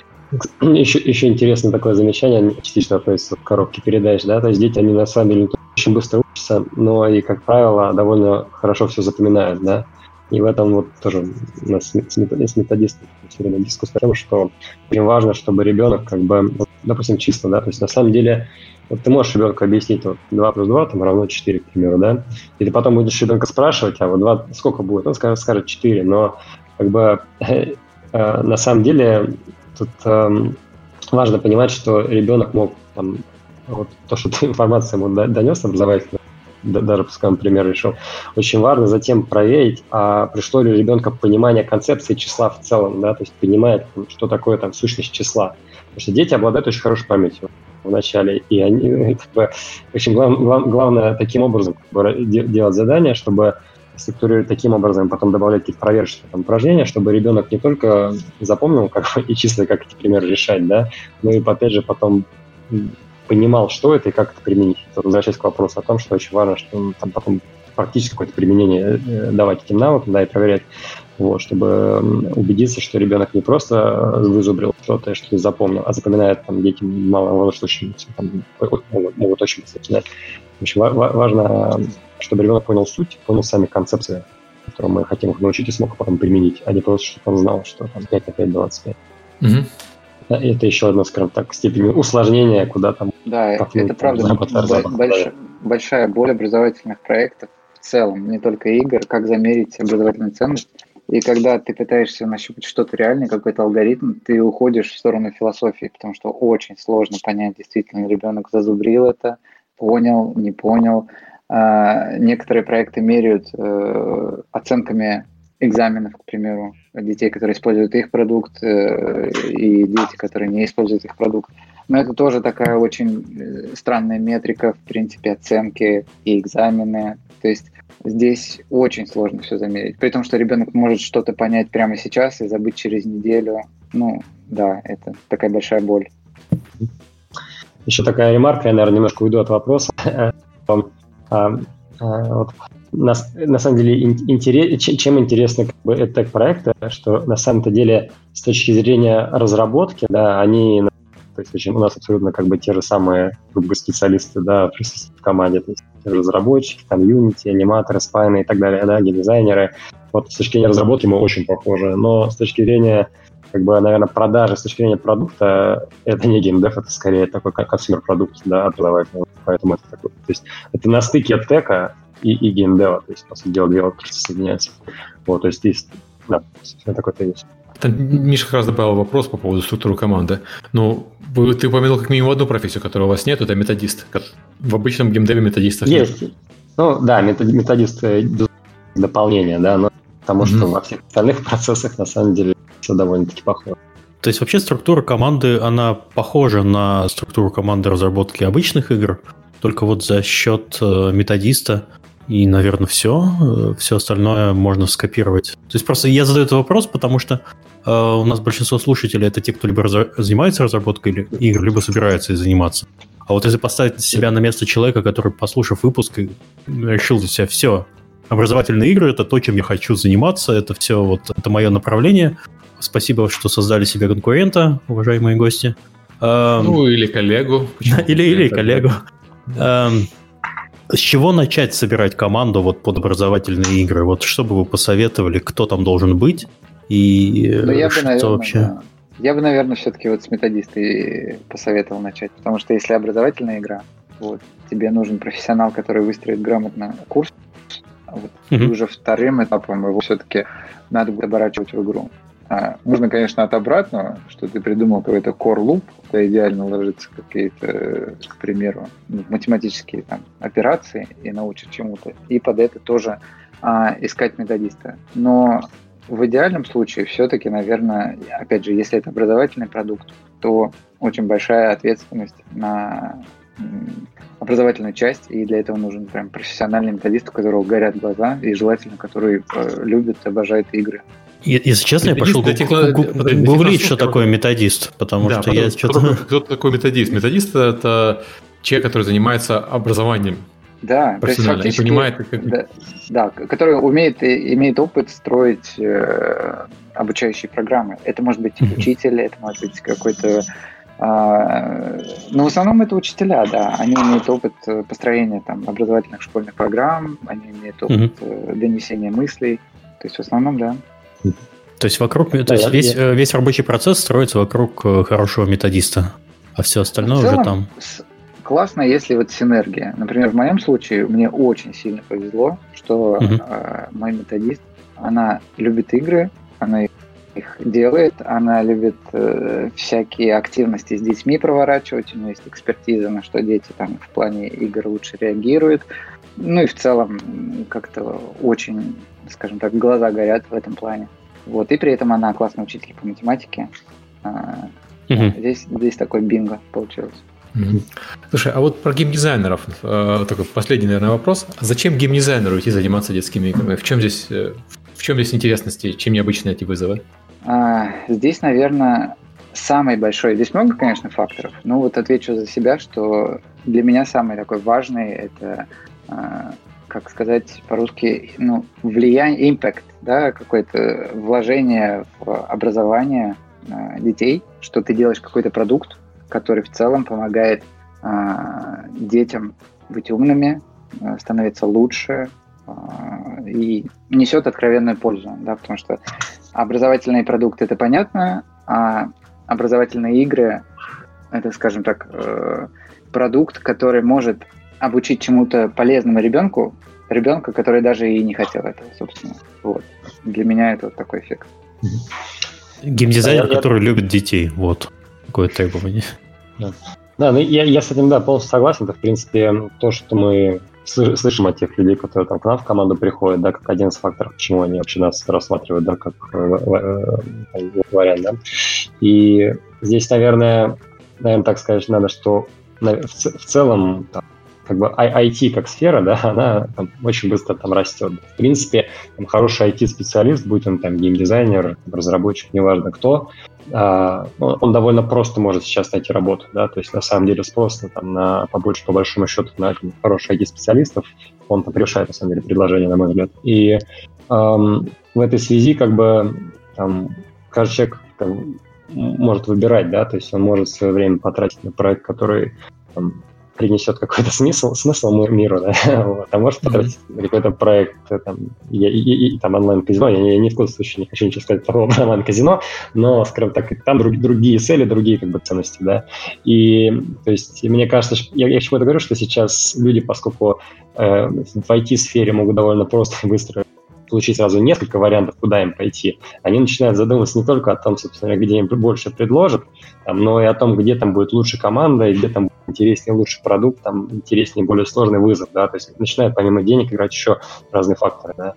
Еще, еще интересно такое замечание, частично относится к коробке передач, да, то есть дети, они на самом деле очень быстро учатся, но и, как правило, довольно хорошо все запоминают, да, и в этом вот тоже у нас с методистом все время дискуссия о том, что очень важно, чтобы ребенок как бы, вот, допустим, чисто, да, то есть на самом деле вот ты можешь ребенку объяснить, вот два плюс два там равно четыре, к примеру, да, и ты потом будешь ребенка спрашивать, а вот два сколько будет, он скажет, скажет четыре, но как бы э, э, на самом деле тут э, важно понимать, что ребенок мог там, вот то, что ты информацию ему донес образовательно, даже пускай он пример решил, очень важно затем проверить, а пришло ли у ребенка понимание концепции числа в целом, да, то есть понимает, что такое там сущность числа. Потому что дети обладают очень хорошей памятью в начале, и они, как бы, очень глав, глав, главное таким образом как бы, делать задания, чтобы структурировать таким образом, потом добавлять какие-то проверочные там, упражнения, чтобы ребенок не только запомнил как, и числа, как эти примеры решать, да, но и, опять же, потом понимал, что это и как это применить. Возвращаясь к вопросу о том, что очень важно, что там потом практически какое-то применение давать этим навыкам, да, и проверять, вот, чтобы убедиться, что ребенок не просто вызубрил что-то, что ты запомнил, а запоминает там дети малого возраста очень, там, могут, могут очень быстро начинать. В общем, важно, чтобы ребенок понял суть, понял сами концепции, которые мы хотим их научить и смог потом применить, а не просто, чтобы он знал, что там пять на пять двадцать пять. Угу. Это еще одна, скажем так, степень усложнения, куда там... Да, это правда больш, большая боль образовательных проектов в целом, не только игр, как замерить образовательную ценность. И когда ты пытаешься нащупать что-то реальное, какой-то алгоритм, ты уходишь в сторону философии, потому что очень сложно понять, действительно ребенок зазубрил это, понял, не понял. А, некоторые проекты меряют э, оценками экзаменов, к примеру, детей, которые используют их продукт, э, и дети, которые не используют их продукт. Но это тоже такая очень странная метрика, в принципе, оценки и экзамены. То есть здесь очень сложно все замерить. При том, что ребенок может что-то понять прямо сейчас и забыть через неделю. Ну, да, это такая большая боль. еще такая ремарка, я, наверное, немножко уйду от вопроса. Вот. На, на самом деле, интерес, чем интересны как бы, EdTech-проекты, что на самом-то деле с точки зрения разработки, да, они, то есть у нас абсолютно как бы те же самые грубо специалисты, да, в команде, то есть разработчики, там, Unity, аниматоры, спайны и так далее, да, геймдизайнеры. Вот с точки зрения разработки мы очень похожи, но с точки зрения, как бы, наверное, продажи, с точки зрения продукта, это не геймдев, это скорее такой как консюмер-продукт, да, образовательный, поэтому это такой, то есть это на стыке EdTech и, и геймдева, то есть, по сути дела, две отрасли соединяются. Вот, то есть, есть, да, такой тезис. Миша как раз добавил вопрос по поводу структуры команды. Ну, ты упомянул как минимум одну профессию, которой у вас нет, это методист. В обычном геймдеве методистов есть. нет. Ну, да, методист дополнение, да, но потому mm-hmm. что во всех остальных процессах, на самом деле, все довольно-таки похоже. То есть, вообще структура команды, она похожа на структуру команды разработки обычных игр, только вот за счет методиста. И, наверное, все. Все остальное можно скопировать. То есть просто я задаю этот вопрос, потому что э, у нас большинство слушателей это те, кто либо раз, занимается разработкой игр, либо собирается заниматься. А вот если поставить себя на место человека, который, послушав выпуск, решил для себя, все, образовательные игры — это то, чем я хочу заниматься, это все, вот, это мое направление. Спасибо, что создали себе конкурента, уважаемые гости. Ну, или коллегу. Или, или коллегу. С чего начать собирать команду вот под образовательные игры? Вот что бы вы посоветовали, кто там должен быть и ну, я что бы, наверное, вообще? Да. Я бы, наверное, все-таки вот с методиста посоветовал начать, потому что если образовательная игра, вот, тебе нужен профессионал, который выстроит грамотно курс, вот, mm-hmm. и уже вторым этапом его все-таки надо будет оборачивать в игру. А, можно, конечно, от обратного, что ты придумал какой-то core loop, это идеально ложится какие-то, к примеру, математические там, операции и научат чему-то. И под это тоже а, искать методиста. Но в идеальном случае все-таки, наверное, опять же, если это образовательный продукт, то очень большая ответственность на образовательную часть, и для этого нужен прям профессиональный методист, у которого горят глаза, и желательно, который любит, обожает игры. Если честно, методист, я пошел гуглить, что такое методист, потому да, что я что-то... Кто такой методист? Методист — это человек, который занимается образованием. Да, профессионально, и понимает, как... да, да, который умеет, имеет опыт строить э, обучающие программы. Это может быть учитель, это может быть какой-то... Э, но в основном это учителя, да. Они имеют опыт построения там, образовательных школьных программ, они имеют опыт mm-hmm. донесения мыслей. То есть в основном, да. То есть вокруг, да, то есть весь, я... весь рабочий процесс строится вокруг хорошего методиста, а все остальное целом, уже там. Классно, если вот синергия. Например, в моем случае мне очень сильно повезло, что uh-huh. э, мой методист, она любит игры, она их делает, она любит э, всякие активности с детьми проворачивать, у нее есть экспертиза, на что дети там в плане игр лучше реагируют. Ну и в целом как-то очень, скажем так, глаза горят в этом плане. Вот. И при этом она классная учитель по математике. А, uh-huh. да, здесь, здесь такой бинго получилось. Mm-hmm. Слушай, а вот про геймдизайнеров э, такой последний, наверное, вопрос. Зачем геймдизайнеру идти заниматься детскими играми? В чем здесь, э, в чем здесь интересности? Чем необычны эти вызовы? А, здесь, наверное, самый большой... Здесь много, конечно, факторов. Но вот отвечу за себя, что для меня самый такой важный это... как сказать по-русски, ну, влияние, impact, да, какое-то вложение в образование э, детей, что ты делаешь какой-то продукт, который в целом помогает э, детям быть умными, э, становиться лучше э, и несет откровенную пользу, да, потому что образовательные продукты — это понятно, а образовательные игры — это, скажем так, э, продукт, который может обучить чему-то полезному ребенку, ребенка, который даже и не хотел этого, собственно. Вот. Для меня это вот такой эффект. Геймдизайнер, а я, который я... любит детей. Вот. Такое требование. Да, да ну я, я с этим, да, полностью согласен. Это, в принципе, то, что мы слышим от тех людей, которые там к нам в команду приходят, да, как один из факторов, почему они вообще нас рассматривают, да, как вариант, да. И здесь, наверное, наверное, так сказать надо, что в целом там, как бы ай ти как сфера, да, она там, очень быстро там растет. В принципе, там, хороший ай ти-специалист, будь он там геймдизайнер, разработчик, неважно кто, а, он довольно просто может сейчас найти работу, да, то есть на самом деле спрос там, на побольше, по большому счету, на там, хороших ай ти-специалистов, он там превышает, на самом деле, предложение, на мой взгляд. И эм, в этой связи, как бы, там, каждый человек там, может выбирать, да, то есть он может свое время потратить на проект, который там, принесет какой-то смысл, смысл миру, да, вот. А может потратить на какой-то проект там, и, и, и, там онлайн-казино. Я, я ни в коем случае не хочу ничего сказать про онлайн-казино, но, скажем так, там друг, другие цели, другие как бы ценности, да. И, то есть, мне кажется, что, я, я к чему это говорю, что сейчас люди, поскольку э, в ай ти-сфере могут довольно просто и быстро получить сразу несколько вариантов, куда им пойти, они начинают задумываться не только о том, собственно, где им больше предложат, там, но и о том, где там будет лучше команда, и где там интереснее лучший продукт, там интереснее более сложный вызов, да, то есть начинают помимо денег играть еще разные факторы, да,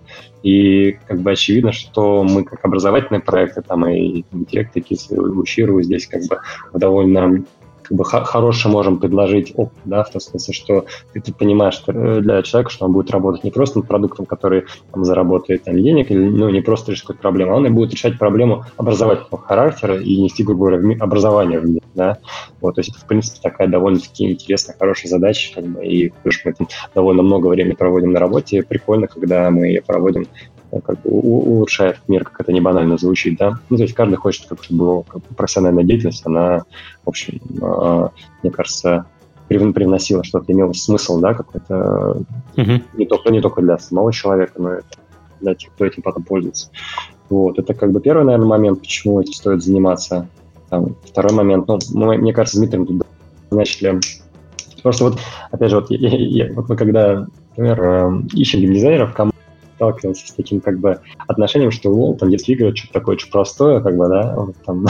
и как бы очевидно, что мы как образовательные проекты, там, и интеллект, и Учиру здесь как бы довольно как бы хороший можем предложить опыт, да, в том смысле, что ты, ты понимаешь, что для человека, что он будет работать не просто над продуктом, который там, заработает там, денег, или ну, не просто решить какую-то проблему, а он и будет решать проблему образовательного характера и нести, грубо говоря, образование в мир, да. Вот, то есть это, в принципе, такая довольно-таки интересная, хорошая задача, как бы, и мы там довольно много времени проводим на работе, прикольно, когда мы ее проводим, как бы улучшает мир, как это не банально звучит, да. Ну, то есть каждый хочет, как, чтобы его как, профессиональная деятельность, она, в общем, э, мне кажется, привносила что-то, имело смысл, да, какой-то, uh-huh. не, только, не только для самого человека, но и для тех, кто этим потом пользуется. Вот, это как бы первый, наверное, момент, почему этим стоит заниматься. Там, второй момент, ну, мы, мне кажется, с Дмитрием тут начали, потому что вот, опять же, вот, я, я, вот мы когда, например, ищем геймдизайнеров, кому сталкивался с таким как бы отношением, что вот, там детские игры что-то такое очень простое, как бы, да, вот, там,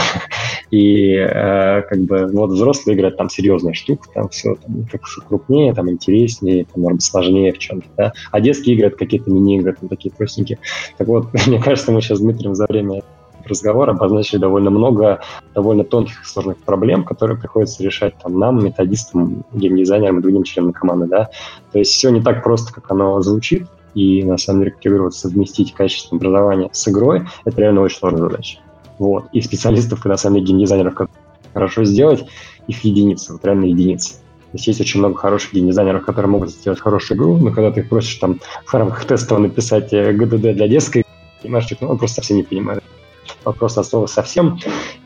и э, как бы вот взрослые игры там серьезная штука, там все там, как крупнее, там интереснее, там, может быть, сложнее в чем-то, да, а детские игры это какие-то мини-игры, там такие простенькие. Так вот, мне кажется, мы сейчас с Дмитрием за время разговора обозначили довольно много довольно тонких и сложных проблем, которые приходится решать там, нам, методистам, геймдизайнерам и другим членам команды, да. То есть все не так просто, как оно звучит, и, на самом деле, как я говорю, вот, совместить качественное образование с игрой – это реально очень сложная задача. Вот. И специалистов, и, на самом деле, геймдизайнеров, как хорошо сделать, их единицы, вот реально единицы. То есть есть очень много хороших геймдизайнеров, которые могут сделать хорошую игру, но когда ты их просишь там в рамках тестового написать джи ди ди для детской игры, понимаешь, что он просто совсем не понимает. Вопрос от слова совсем.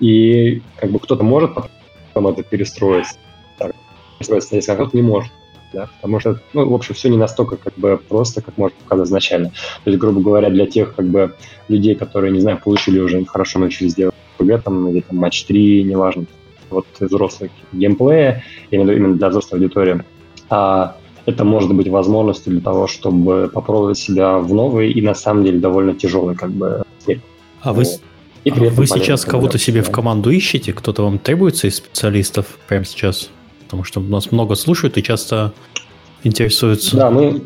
И как бы кто-то может потом это перестроить, так, перестроиться, если кто-то не может. Да, потому что, ну, в общем, все не настолько как бы просто, как может показать изначально. То есть, грубо говоря, для тех как бы людей, которые, не знаю, получили уже, хорошо научились делать ПГ, там, или там матч три, неважно, вот взрослые геймплея, именно, именно для взрослой аудитории, а это может быть возможностью для того, чтобы попробовать себя в новой и, на самом деле, довольно тяжелой как бы сфере. А вот. вы, и а вы сейчас кого-то себе в команду ищете? Кто-то вам требуется из специалистов прямо сейчас? Потому что нас много слушают и часто интересуются. Да, мы...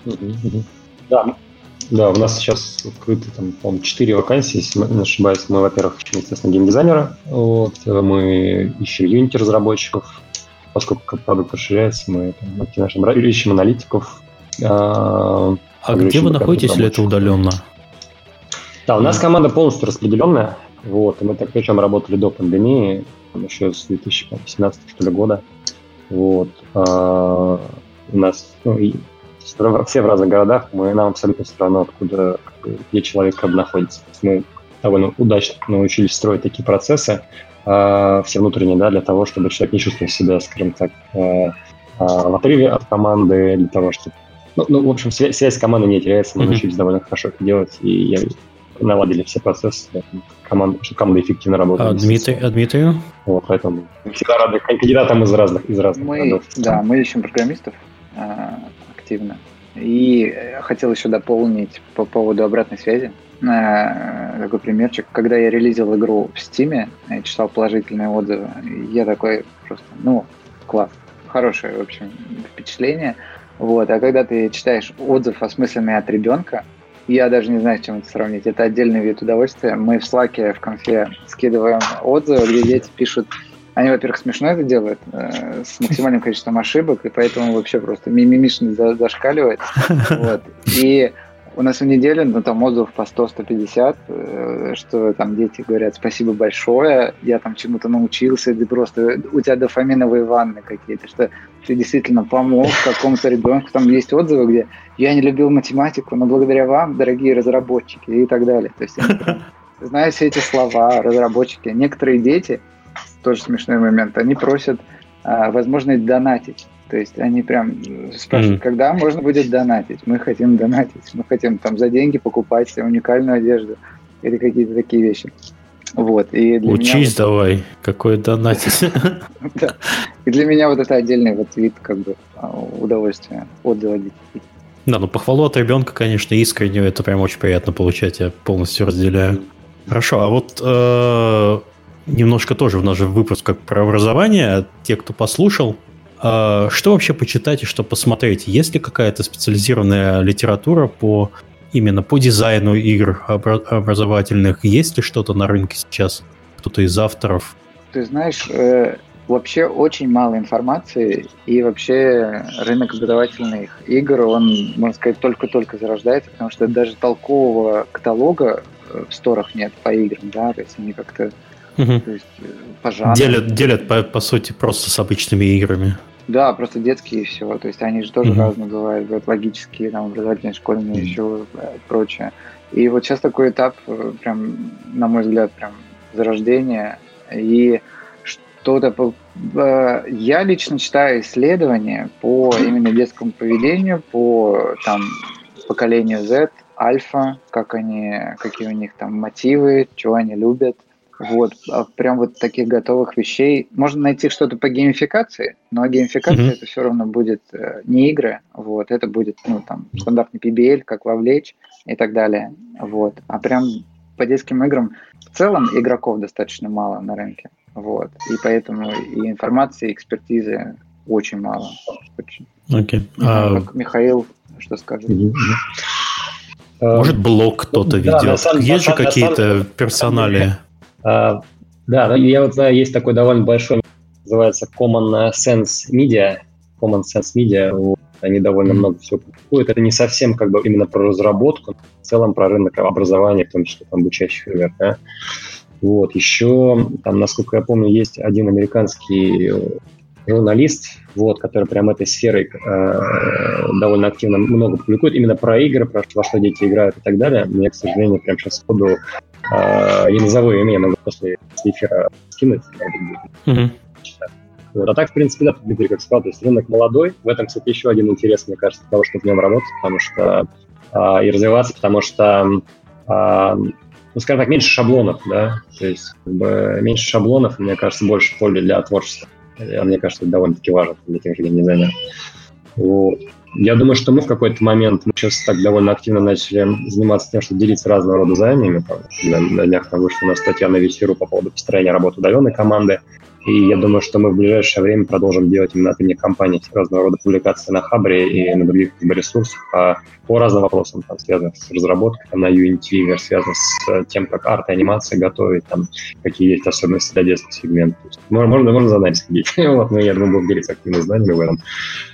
Да, да, у нас сейчас открыты, там, по-моему, четыре вакансии, если не ошибаюсь. Мы, во-первых, ищем, естественно, геймдизайнера. Вот, мы ищем Unity-разработчиков. Поскольку продукт расширяется, мы там, ищем аналитиков. А, а где вы находитесь, если это удаленно? Да, у нас команда полностью распределенная. Вот, и мы так причем работали до пандемии, еще с две тысячи семнадцатого что ли, года. Вот. А, у нас ну, и, все в разных городах, мы, нам абсолютно все равно, откуда, где человек как бы находится. Мы довольно удачно научились строить такие процессы, а, все внутренние, да, для того, чтобы человек не чувствовал себя, скажем так, а, а, в отрыве от команды, для того, чтобы... Ну, ну в общем, связь, связь с командой не теряется, мы mm-hmm. научились довольно хорошо это делать, и я... наладили все процессы, команда, чтобы команда эффективно работала. А Дмитрий, а Дмитрию? Вот, поэтому мы всегда рады кандидатам из разных, из разных мы, городов. Да, мы ищем программистов э, активно. И хотел еще дополнить по поводу обратной связи. Э, такой примерчик. Когда я релизил игру в Steam, я читал положительные отзывы, я такой просто, ну, класс. Хорошее, в общем, впечатление. Вот. А когда ты читаешь отзыв, осмысленный от ребенка, я даже не знаю, с чем это сравнить. Это отдельный вид удовольствия. Мы в Slack, в конфе скидываем отзывы, где дети пишут Они, во-первых, смешно это делают, э, с максимальным количеством ошибок, и поэтому вообще просто мимимишность зашкаливает. Вот. И у нас в неделю, ну, там отзывов по сто - сто пятьдесят, э, что там дети говорят спасибо большое, я там чему-то научился, ты просто, у тебя дофаминовые ванны какие-то, что ты действительно помог какому-то ребенку. Там есть отзывы, где я не любил математику, но благодаря вам, дорогие разработчики, и так далее. То есть они прям знают все эти слова, разработчики. Некоторые дети, тоже смешной момент, они просят а, возможность донатить. То есть они прям спрашивают, mm-hmm. когда можно будет донатить. Мы хотим донатить, мы хотим там за деньги покупать уникальную одежду или какие-то такие вещи. Вот. И для Учись меня вот... давай, какой донатить. Да. И для меня вот это отдельный вот вид как бы удовольствия от детей. Да, ну похвалу от ребенка, конечно, искренне, это прям очень приятно получать, я полностью разделяю. Хорошо, а вот э, немножко тоже у нас же выпуск как про образование, те, кто послушал, э, что вообще почитать и что посмотреть? Есть ли какая-то специализированная литература по именно по дизайну игр образовательных? Есть ли что-то на рынке сейчас? Кто-то из авторов? Ты знаешь, э, вообще очень мало информации, и вообще рынок образовательных игр, он, можно сказать, только-только зарождается, потому что даже толкового каталога в сторах нет по играм, да, то есть они как-то угу. то есть, по жанру. Делят, делят по, по сути, просто с обычными играми. Да, просто детские и все, то есть они же тоже угу. разные бывают, бывают логические, там, образовательные, школьные, угу. еще прочее. И вот сейчас такой этап, прям, на мой взгляд, прям зарождения, и что-то по... Я лично читаю исследования по именно детскому поведению, по там, поколению Z, альфа, как они, какие у них там мотивы, чего они любят. Вот, а прям вот таких готовых вещей. Можно найти что-то по геймификации, но геймификация mm-hmm. это все равно будет э, не игры, вот, это будет, ну, там, стандартный пи би эл, как вовлечь и так далее, вот. А прям по детским играм в целом игроков достаточно мало на рынке, вот, и поэтому и информации, и экспертизы очень мало. Очень. Okay. Uh... Как Михаил, что скажет? Mm-hmm. Может, блог кто-то да, ведет? Самом, есть же какие-то самом... персонали? Uh, да, я вот знаю, есть такой довольно большой, называется Common Sense Media. Common Sense Media, вот, они довольно mm-hmm. много всего публикуют. Это не совсем как бы именно про разработку, в целом про рынок образования, в том числе там, обучающих игр. Да? Вот, еще, там, насколько я помню, есть один американский журналист, вот, который прям этой сферой э, довольно активно много публикует, именно про игры, про во что дети играют и так далее. Мне, к сожалению, прям сейчас сходу э, я назову имя, я могу после эфира скинуть. Mm-hmm. Вот. А так, в принципе, да, Дмитрий, как сказал, то есть рынок молодой. В этом, кстати, еще один интерес, мне кажется, того, чтобы в нем работать, потому что э, и развиваться, потому что э, ну, скажем так, меньше шаблонов, да, то есть как бы, меньше шаблонов, мне кажется, больше поля для творчества. Мне кажется, это довольно-таки важно для тех же геймдизайнеров. Вот. Я думаю, что мы в какой-то момент, мы сейчас так довольно активно начали заниматься тем, что делиться разного рода знаниями. На, на днях там вышла у нас статья на Весеру по поводу построения работы удаленной команды. И я думаю, что мы в ближайшее время продолжим делать именно от имени компании разного рода публикации на Хабре и на других ресурсах по, по разным вопросам, там, связанных с разработкой, там, на Unity, связанных с тем, как арт и анимация готовить, там, какие есть особенности для детского сегмента. То есть, можно, можно за нами сходить. Вот, но я думаю, будем делиться активными знаниями в этом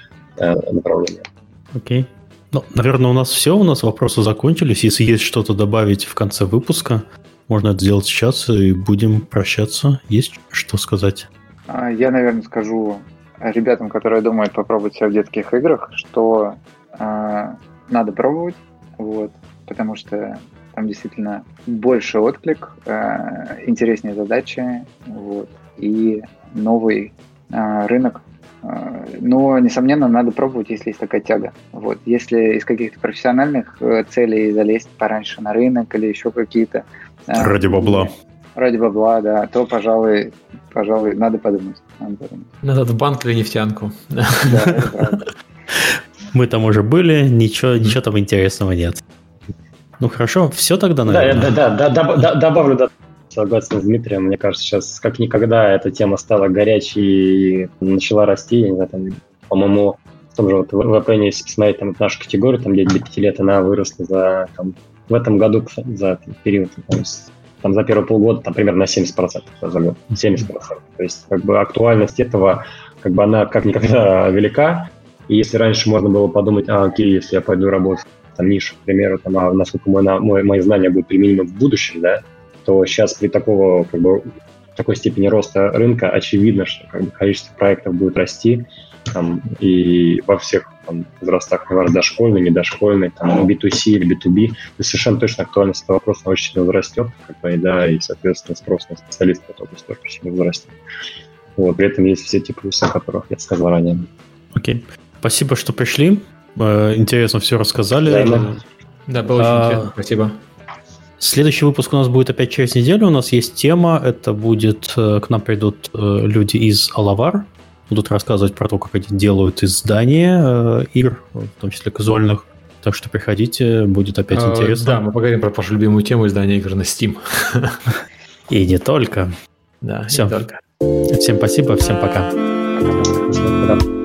э, направлении. Окей. Okay. Ну, наверное, у нас все, у нас вопросы закончились. Если есть что-то добавить в конце выпуска, можно это сделать сейчас, и будем прощаться. Есть что сказать? Я, наверное, скажу ребятам, которые думают попробовать себя в детских играх, что э, надо пробовать, вот, потому что там действительно больше отклик, э, интереснее задачи, вот, и новый э, рынок. Э, но, несомненно, надо пробовать, если есть такая тяга. Вот. Если из каких-то профессиональных э, целей залезть пораньше на рынок или еще какие-то Ради бабла. Ради бабла, да. То, пожалуй, пожалуй, надо подумать. Надо подумать. Надо в банк или нефтянку. Да, это правда. Мы там уже были, ничего, ничего там интересного нет. Ну хорошо, все тогда, наверное. Да, да, да, да, добавлю, да, согласен с Дмитрием. Мне кажется, сейчас как никогда эта тема стала горячей и начала расти. Я не знаю, там, по-моему, в том же вот в Apple, если посмотреть там, нашу категорию, там где-то до пяти лет она выросла за там, в этом году за период там, с там за первые полгода там примерно на семьдесят процентов возрос. семьдесят процентов. То есть как бы актуальность этого, как бы она как никогда велика. И если раньше можно было подумать, а, окей, если я пойду работать там нише, к примеру, там, а насколько мой, мой, мои знания будут применимы в будущем, да, то сейчас при такого, как бы, такой степени роста рынка очевидно, что как бы, количество проектов будет расти там, и во всех там, возрастах, например, дошкольный, недошкольный, там, би ту си или би ту би, то совершенно точно актуальность этого вопроса очень сильно возрастет, как бы, да, и, соответственно, спрос на специалистов в этой области тоже сильно возрастет. Вот, при этом есть все те плюсы, о которых я сказал ранее. Окей. Okay. Спасибо, что пришли. Интересно все рассказали. Да, да. да было очень а, интересно. Спасибо. Следующий выпуск у нас будет опять через неделю. У нас есть тема. Это будет... К нам придут люди из Alavar. Будут рассказывать про то, как они делают издания игр, в том числе казуальных. Так что приходите, будет опять а, интересно. Да, мы поговорим про вашу любимую тему издания игр на Steam. И не только. Да, Все. не только. Всем спасибо, всем пока. Пока.